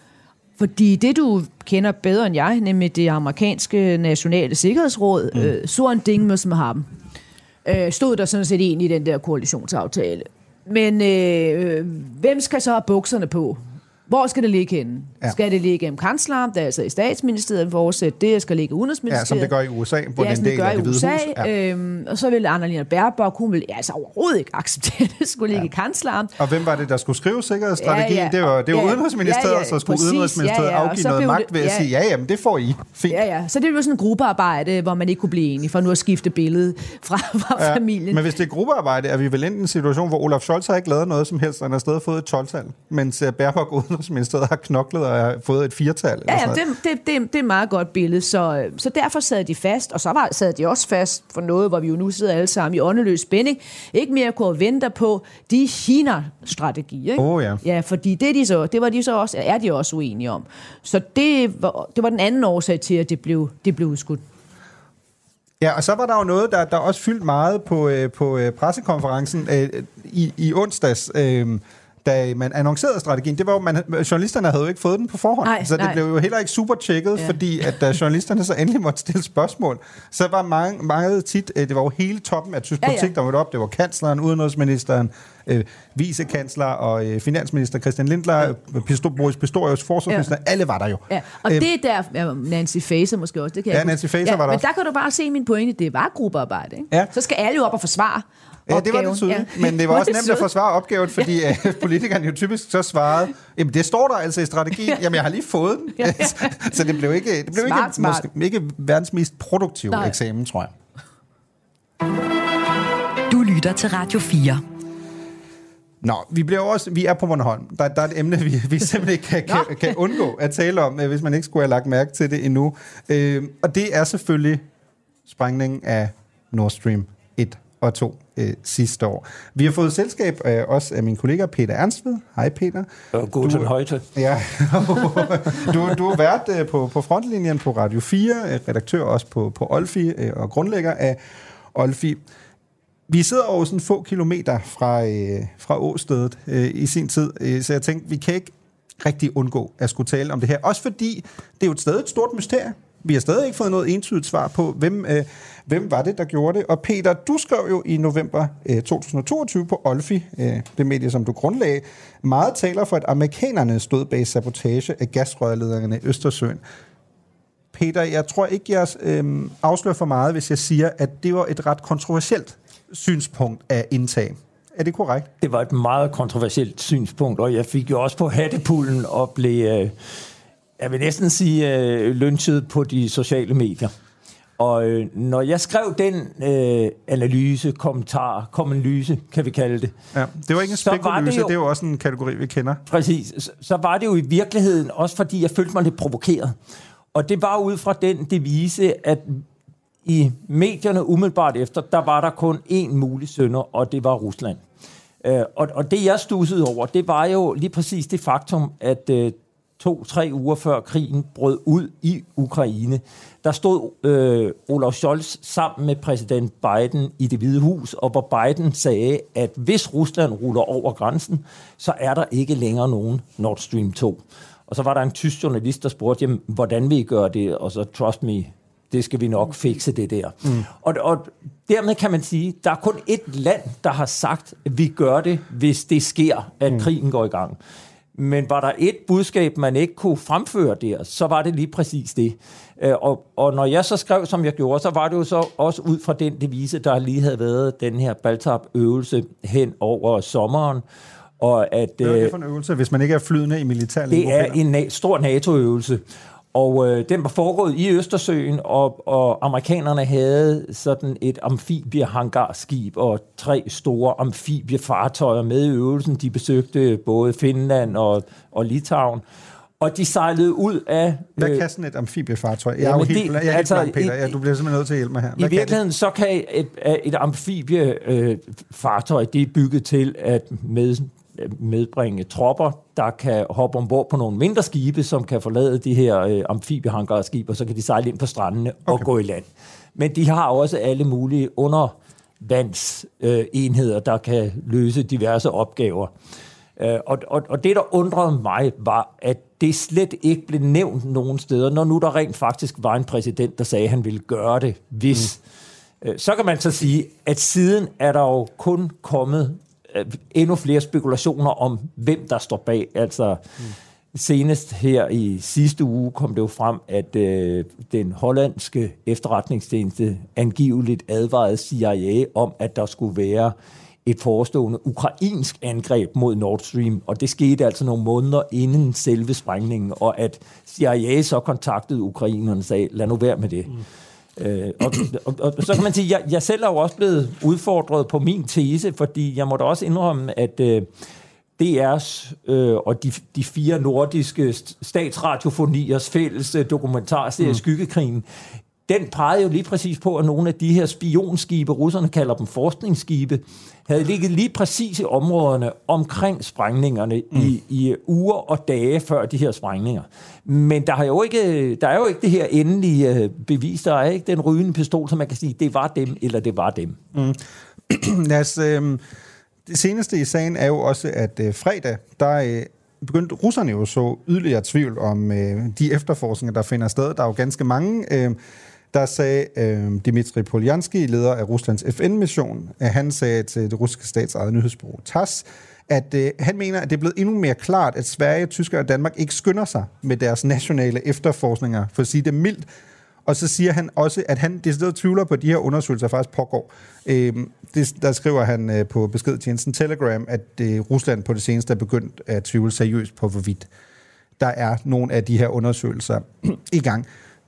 Fordi det, du kender bedre end jeg, nemlig det amerikanske nationale sikkerhedsråd, mm. øh, så en ding med som har dem, øh, stod der sådan set egentlig i den der koalitionsaftale. Men øh, hvem skal så have bukserne på? Hvor skal det ligge henne? Ja. Skal det ligge i kansleren, der er altså i statsministeriet, forsæt det, skal ligge i udenrigsministeriet? Ja, som det gør i U S A, på ja, den del af det hvide hus. Ja. Øhm, og så vil Annalena Baerbock, hun vil altså overhovedet ikke acceptere, at det skulle ligge ja. i kansleren. Og hvem var det, der skulle skrive sikkerhedsstrategien? Ja, ja. Det var, det var ja, udenrigsministeriet, ja, ja, så skulle præcis, udenrigsministeriet ja, ja. afgive noget magt ved at ja. sige, ja, jamen det får I. Fint. Ja, ja. Så det var sådan en gruppearbejde, hvor man ikke kunne blive enige, for nu at skifte billede fra, fra ja. familien. Men hvis det er gruppearbejde, er vi vel enten i en situation, hvor Olaf Scholz har ikke lavet noget som helst, han har stadig fået et tolv-tal, mens Baerbock udenrigsministeriet har knoklet og har fået et firtal. Ja, ja det, det, det, det er et meget godt billede. Så, så derfor sad de fast, og så var, sad de også fast for noget, hvor vi jo nu sidder alle sammen i åndeløs spænding. Ikke mere kunne vente på de Kina-strategier. Åh oh, ja. Ja, fordi det, de så, det var de så også, er de også uenige om. Så det var, det var den anden årsag til, at det blev, det blev udskudt. Ja, og så var der jo noget, der, der også fyldt meget på, på pressekonferencen øh, i, i onsdags, øh, da man annoncerede strategien. Det var jo, man, journalisterne havde jo ikke fået den på forhånd, nej, så det nej. blev jo heller ikke super tjekket, ja. fordi at da journalisterne så endelig måtte stille spørgsmål, så var mange, mange tit, det var jo hele toppen af tysk politik, ja, ja. der var op. Det var kansleren, udenrigsministeren, øh, vicekansler og øh, finansminister Christian Lindner, ja. Pistor, Boris Pistorius, forsvarsminister, ja. alle var der jo. Ja. Og æm, det er der, ja, Nancy Faeser måske også, det kan ja, jeg Nancy Faeser ja, var der men også. der kan du bare se min pointe, det var gruppearbejde, ikke? Ja. Så skal alle jo op og forsvare. Ja, det var det tydeligt, ja. men det var også nemt at forsvare opgaven, fordi uh, politikerne jo typisk så svarede, jamen det står der altså i strategien, jamen jeg har lige fået den. Ja, ja. Så det blev ikke, det blev smart, ikke, smart. Måske, ikke verdens mest produktive Nej. eksamen, tror jeg. Du lytter til Radio fire. Nå, vi bliver også, vi er på Bornholm. Der, der er et emne, vi, vi simpelthen ikke kan, kan, kan undgå at tale om, hvis man ikke skulle have lagt mærke til det endnu. Øh, og det er selvfølgelig sprængningen af Nord Stream et og to øh, sidste år. Vi har fået selskab øh, også af min kollega Peter Ernstved. Hej Peter. Guten heute. Ja, du, du er vært øh, på, på frontlinjen på Radio fire, øh, redaktør også på, på Olfi øh, og grundlægger af Olfi. Vi sidder over sådan få kilometer fra, øh, fra åstedet øh, i sin tid, øh, så jeg tænkte, vi kan ikke rigtig undgå at skulle tale om det her. Også fordi det er jo et stadig et stort mysterie. Vi har stadig ikke fået noget entydigt svar på, hvem, øh, hvem var det, der gjorde det. Og Peter, du skrev jo i november øh, to tusind og toogtyve på Olfi, øh, det medie, som du grundlagde, meget taler for, at amerikanerne stod bag sabotage af gasrørledningerne i Østersøen. Peter, jeg tror ikke, jeg øh, afslører for meget, hvis jeg siger, at det var et ret kontroversielt synspunkt af indtag. Er det korrekt? Det var et meget kontroversielt synspunkt, og jeg fik jo også på hattepullen og blev... Øh Jeg vil næsten sige øh, lynchet på de sociale medier. Og øh, når jeg skrev den øh, analyse, kommentar, kommenlyse, kan vi kalde det. Ja, det var ikke en spekulyse, det, det er jo også en kategori, vi kender. Præcis. Så, så var det jo i virkeligheden, også fordi jeg følte mig lidt provokeret. Og det var ud fra den devise, at i medierne umiddelbart efter, der var der kun én mulig synder, og det var Rusland. Øh, og, og det jeg studsede over, det var jo lige præcis det faktum, at... Øh, to-tre uger før krigen brød ud i Ukraine, der stod øh, Olaf Scholz sammen med præsident Biden i Det Hvide Hus, og hvor Biden sagde, at hvis Rusland ruller over grænsen, så er der ikke længere nogen Nord Stream to. Og så var der en tysk journalist, der spurgte, jamen, hvordan vil I gøre det? Og så, trust me, det skal vi nok fikse det der. Mm. Og, og dermed kan man sige, der er kun ét land, der har sagt, at vi gør det, hvis det sker, at mm. krigen går i gang. Men var der et budskab, man ikke kunne fremføre der, så var det lige præcis det. Og, og når jeg så skrev, som jeg gjorde, så var det jo så også ud fra den devise, der lige havde været den her Baltab-øvelse hen over sommeren. Og at, Hvad er det for en øvelse, hvis man ikke er flydende i militæret? Det er en na- stor NATO-øvelse. Og øh, den var foregået i Østersøen, og, og amerikanerne havde sådan et amfibiehangarskib og tre store amfibiefartøjer med i øvelsen. De besøgte både Finland og, og Litauen, og de sejlede ud af... Hvad kan sådan et amfibiefartøj? Jeg er jo helt, det, jeg er altså, helt blank, Peter. Ja, du bliver simpelthen nødt til at hjælpe mig her. Hvad I virkeligheden det? Så kan et, et amfibiefartøj, øh, det er bygget til at med... medbringe tropper, der kan hoppe ombord på nogle mindre skibe, som kan forlade de her øh, amfibiehangarskibe, og så kan de sejle ind på strandene og okay. gå i land. Men de har også alle mulige undervandsenheder, øh, der kan løse diverse opgaver. Øh, og, og, og det, der undrede mig, var, at det slet ikke blev nævnt nogen steder, når nu der rent faktisk var en præsident, der sagde, at han ville gøre det, hvis. Mm. Øh, så kan man så sige, at siden er der jo kun kommet endnu flere spekulationer om, hvem der står bag. Altså, mm. senest her i sidste uge kom det jo frem, at øh, den hollandske efterretningstjeneste angiveligt advarede C I A om, at der skulle være et forestående ukrainsk angreb mod Nord Stream, og det skete altså nogle måneder inden selve sprængningen, og at C I A så kontaktede ukrainerne og sagde, lad nu være med det. Mm. Øh, og, og, og så kan man sige, at jeg, jeg selv er jo også blevet udfordret på min tese, fordi jeg må da også indrømme, at øh, D R's øh, og de, de fire nordiske statsradiofoniers fælles dokumentarserie mm. Skyggekrigen, den pegede jo lige præcis på, at nogle af de her spionskibe, russerne kalder dem forskningsskibe, havde ligget lige præcis i områderne omkring sprængningerne mm. i, i uger og dage før de her sprængninger. Men der, har jo ikke, der er jo ikke det her endelige bevis, der er ikke den rygende pistol, som man kan sige, det var dem, eller det var dem. Mm. Lad os, øh, det seneste i sagen er jo også, at øh, fredag, der øh, begyndte russerne jo så yderligere tvivl om øh, de efterforskninger, der finder sted. Der er jo ganske mange... Øh, Der sagde øh, Dmitri Poljanski, leder af Ruslands F N-mission, at han sagde til det russiske statsejet nyhedsbureau T A S S, at øh, han mener, at det er blevet endnu mere klart, at Sverige, Tyskland og Danmark ikke skynder sig med deres nationale efterforskninger, for at sige det mildt. Og så siger han også, at han decideret tvivler på, at de her undersøgelser faktisk pågår. Øh, det, der skriver han øh, på beskedtjenesten Telegram, at øh, Rusland på det seneste er begyndt at tvivle seriøst på, hvorvidt der er nogle af de her undersøgelser i gang.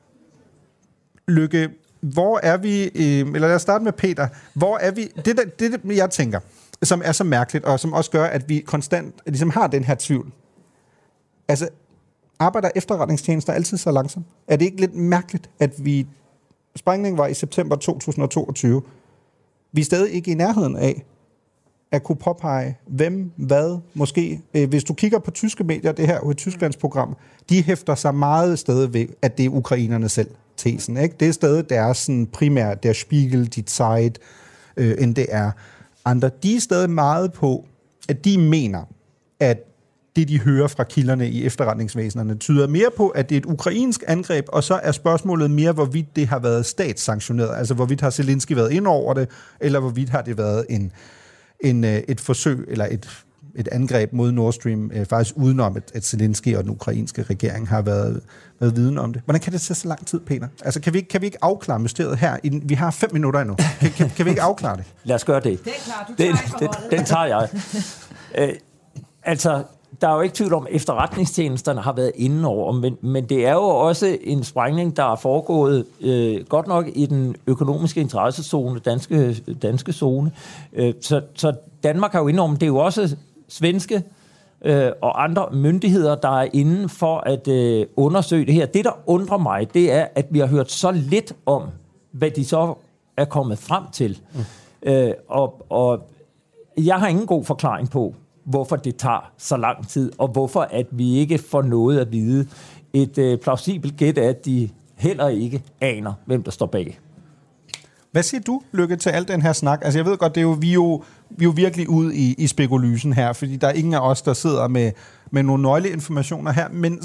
Lykke, hvor er vi, øh, eller lad os starte med Peter, hvor er vi, det, der, det jeg tænker, som er så mærkeligt, og som også gør, at vi konstant ligesom har den her tvivl. Altså, arbejder efterretningstjenester altid så langsomt? Er det ikke lidt mærkeligt, at vi, sprængningen var i september to tusind og toogtyve, vi er stadig ikke i nærheden af at kunne påpege, hvem, hvad, måske. Øh, hvis du kigger på tyske medier, det her jo et Tysklands program, de hæfter sig meget stadig ved, at det er ukrainerne selv. Tesen, ikke? Det er stadig deres sådan, primært der Spiegel, Die Zeit, øh, end det er andre. De er stadig meget på, at de mener, at det, de hører fra kilderne i efterretningsvæsenerne, tyder mere på, at det er et ukrainsk angreb, og så er spørgsmålet mere, hvorvidt det har været statssanktioneret, altså hvorvidt har Zelensky været ind over det, eller hvorvidt har det været en, en, et forsøg, eller et et angreb mod Nord Stream, øh, faktisk udenom, at, at Zelensky og den ukrainske regering har været, været viden om det. Hvordan kan det tage så lang tid, Peter? Altså, kan vi ikke, kan vi ikke afklare mysteriet her? I, vi har fem minutter endnu. Kan, kan, kan vi ikke afklare det? Lad os gøre det. Det er klart, du tager den, den, den tager jeg. øh, altså, der er jo ikke tvivl om, at efterretningstjenesterne har været inde over, men, men det er jo også en sprængning, der er foregået øh, godt nok i den økonomiske interessezone, danske, danske zone. Øh, så, så Danmark har jo inde over, det er jo også svenske øh, og andre myndigheder, der er inde for at øh, undersøge det her. Det, der undrer mig, det er, at vi har hørt så lidt om, hvad de så er kommet frem til. Mm. Øh, og, og jeg har ingen god forklaring på, hvorfor det tager så lang tid, og hvorfor at vi ikke får noget at vide. Et øh, plausibelt gæt er, at de heller ikke aner, hvem der står bag. Hvad siger du, Lykke, til al den her snak? Altså jeg ved godt, det er jo, vi, er jo, vi er jo virkelig ude i, i spekulusen her, fordi der er ingen af os, der sidder med, med nogle nøgleinformationer her, men som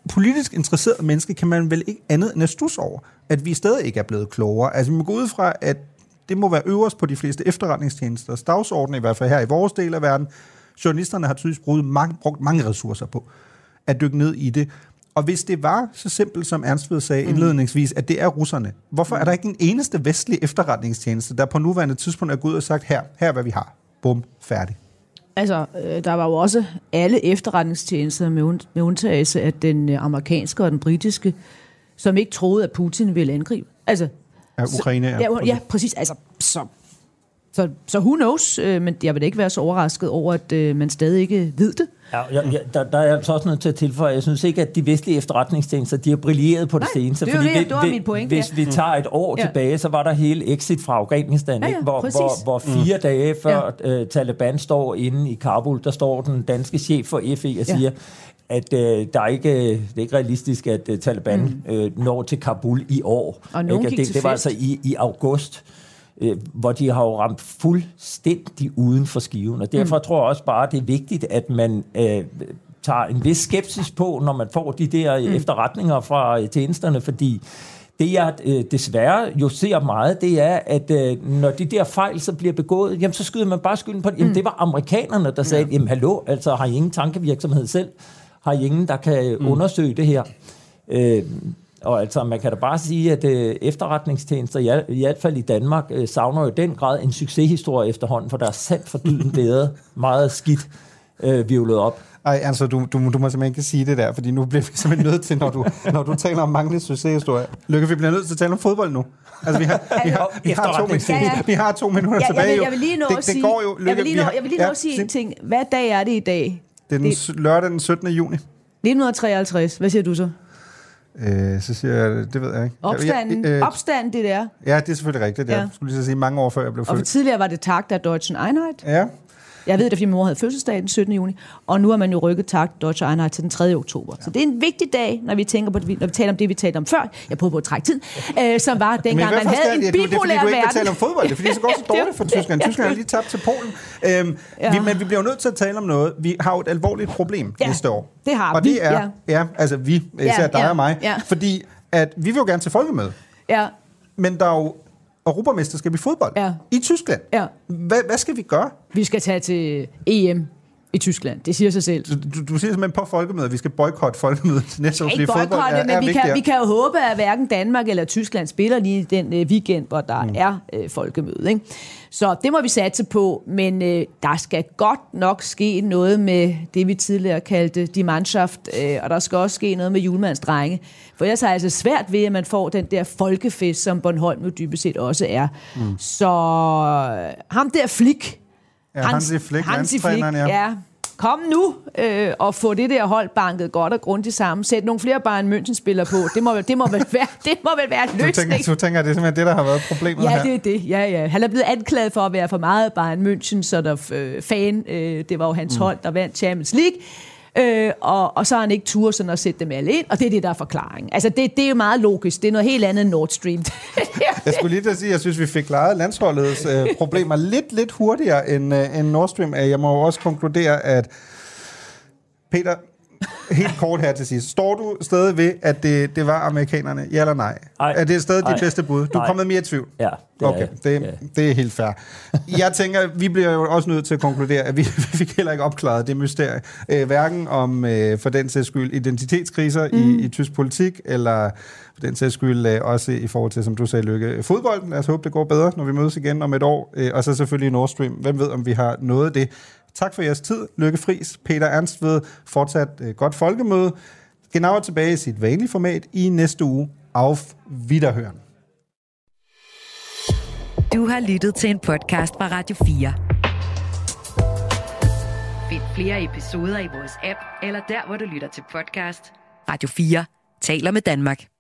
politisk interesseret menneske kan man vel ikke andet end at stusse over, at vi stadig ikke er blevet klogere. Altså, vi må gå ud fra, at det må være øverst på de fleste efterretningstjenesters dagsorden, i hvert fald her i vores del af verden. Journalisterne har tydeligvis brugt mange, brugt mange ressourcer på at dykke ned i det. Og hvis det var så simpelt, som Ernstved sagde indledningsvis, at det er russerne, hvorfor er der ikke en eneste vestlig efterretningstjeneste, der på nuværende tidspunkt er gået ud og sagt, her, her er hvad vi har. Bum, færdig. Altså, øh, der var jo også alle efterretningstjenester med, und- med undtagelse af den øh, amerikanske og den britiske, som ikke troede, at Putin ville angribe. Altså, ja, Ukraine er... Ja, ja, præcis. Altså, så, så, så who knows? Øh, men jeg vil da ikke være så overrasket over, at øh, man stadig ikke ved det. Ja, ja, ja, der, der er altså også noget til at tilføje. Jeg synes ikke, at de vestlige efterretningstjenester, de har brilleret på det Nej, seneste. det er jo fordi det, det var mit point, hvis ja. vi tager et år Ja. tilbage, så var der hele exit fra Afghanistan, Ja, ja, ikke? Hvor, præcis. hvor, hvor fire mm. dage før Ja. øh, Taliban står inde i Kabul, der står den danske chef for F E og Ja. siger, at øh, der er ikke, det er ikke realistisk, at øh, Taliban mm. øh, når til Kabul i år. Og nogen ikke? gik det, til det var fest. altså i, i august, øh, hvor de har jo ramt fuldstændig uden for skiven. Og derfor mm. tror jeg også bare, det er vigtigt, at man... Øh, tager en vis skepsis på, når man får de der mm. efterretninger fra øh, tjenesterne, fordi det jeg øh, desværre jo ser meget, det er, at øh, når de der fejl så bliver begået, jamen så skyder man bare skylden på det. Jamen mm. det var amerikanerne, der sagde, ja. jamen hallo, altså har I ingen tankevirksomhed selv? Har I ingen, der kan mm. undersøge det her? Øh, og altså, man kan da bare sige, at øh, efterretningstjenester, i, al, i hvert fald i Danmark, øh, savner jo i den grad en succeshistorie efterhånden, for der er sandt for dyden blevet meget skidt øh, virvlet op. Ej, altså, du, du, du må simpelthen ikke sige det der, fordi nu bliver vi simpelthen nødt til, når du, når du taler om manglende succeshistorie. Lykke, vi bliver nødt til at tale om fodbold nu. Altså, vi har, vi har, vi har, to, minutter, ja, ja. vi har to minutter Ja, tilbage. jeg, vil, jeg vil lige nå det, at sige, det går jo, Lykke, jeg vil lige nå, har, jeg vil lige nå at sige ja, en ting. Hvad dag er det i dag? Det er den det, lørdag den syttende juni. nitten treoghalvtreds. Hvad siger du så? Øh, så siger jeg, det ved jeg ikke. Opstanden, jeg, øh, opstanden det der. Ja, det er selvfølgelig rigtigt. Jeg Ja. skulle lige så sige mange år før jeg blev Og for født. tidligere var det Tag der Deutschen Einheit. Ja. Jeg ved det, fordi min mor havde fødselsdag den syttende juni, og nu har man jo rykket Tag Deutsche Einheit til den tredje oktober. Ja. Så det er en vigtig dag, når vi tænker på det, når vi taler om det, vi talte om før. Jeg prøver på at trække tid, øh, som var dengang, man havde en bipolær verden. Det er fordi, du ikke vil tale om fodbold. Det er fordi, det går så dårligt for Tyskland. Tyskland har lige tabt til Polen. Øhm, Ja. vi, men vi bliver jo nødt til at tale om noget. Vi har jo et alvorligt problem Ja, næste år. det har og vi, det er, ja. ja, altså vi, især Ja, dig ja, og mig. ja. Fordi at vi vil jo gerne til folkemøde. Ja, Men der er jo europamesterskab i fodbold Ja. i Tyskland. ja. Hvad, hvad skal vi gøre? Vi skal tage til E M i Tyskland. Det siger sig selv. Du, du, du siger simpelthen på folkemødet, at vi skal boykotte folkemødet til næste år. Ikke boykotte, men vi kan, vi kan jo håbe, at hverken Danmark eller Tyskland spiller lige den øh, weekend, hvor der mm. er øh, folkemøde. Ikke? Så det må vi satse på, men øh, der skal godt nok ske noget med det, vi tidligere kaldte die Mannschaft, øh, og der skal også ske noget med Julemands drenge. For ellers er det altså svært ved, at man får den der folkefest, som Bornholm jo dybest set også er. Mm. Så øh, ham der Flick, Ja, Hansi Flick, Hansi Flick, landstræneren, ja. ja. Kom nu øh, og få det der hold banket godt og grundigt sammen. Sæt nogle flere Bayern München-spillere på. Det må vel, det må vel være, det må vel være en Du løsning. tænker, du tænker, at det er simpelthen det, der har været problemet Ja, her? det er det. Ja, ja. Han er blevet anklaget for at være for meget Bayern München, så der øh, fan. Øh, det var jo hans mm. hold, der vandt Champions League. Øh, og, og så har han ikke tur sådan at sætte dem alle ind, og det er det, der er forklaringen. Altså, det, det er jo meget logisk. Det er noget helt andet end Nord Stream. Jeg skulle lige til at sige, at jeg synes, vi fik klaret landsholdets øh, problemer lidt, lidt hurtigere end, øh, end Nord Stream. Jeg må jo også konkludere, at Peter, helt kort her til sidst. Står du stadig ved, at det, det var amerikanerne? Ja eller nej? Ej. Er det stadig Ej. dit bedste bud? Du er Nej. kommet mere i tvivl? Ja, det Okay, er, det, ja. det er helt fair. Jeg tænker, vi bliver jo også nødt til at konkludere, at vi, vi fik heller ikke opklaret det mysterie. Øh, hverken om, øh, for den sags skyld, identitetskriser mm. i, i tysk politik, eller for den sags skyld øh, også i forhold til, som du sagde, Lykke, fodbolden. Lad os håbe, det går bedre, når vi mødes igen om et år. Øh, og så selvfølgelig Nord Stream. Hvem ved, om vi har noget af det. Tak for jeres tid. Lykke Friis, Peter Ernstved. Fortsat øh, godt folkemøde. Genau er tilbage i sit vanlige format i næste uge. Auf Wiederhören. Du har lyttet til en podcast fra Radio fire. Find flere episoder i vores app, eller der, hvor du lytter til podcast. Radio fire taler med Danmark.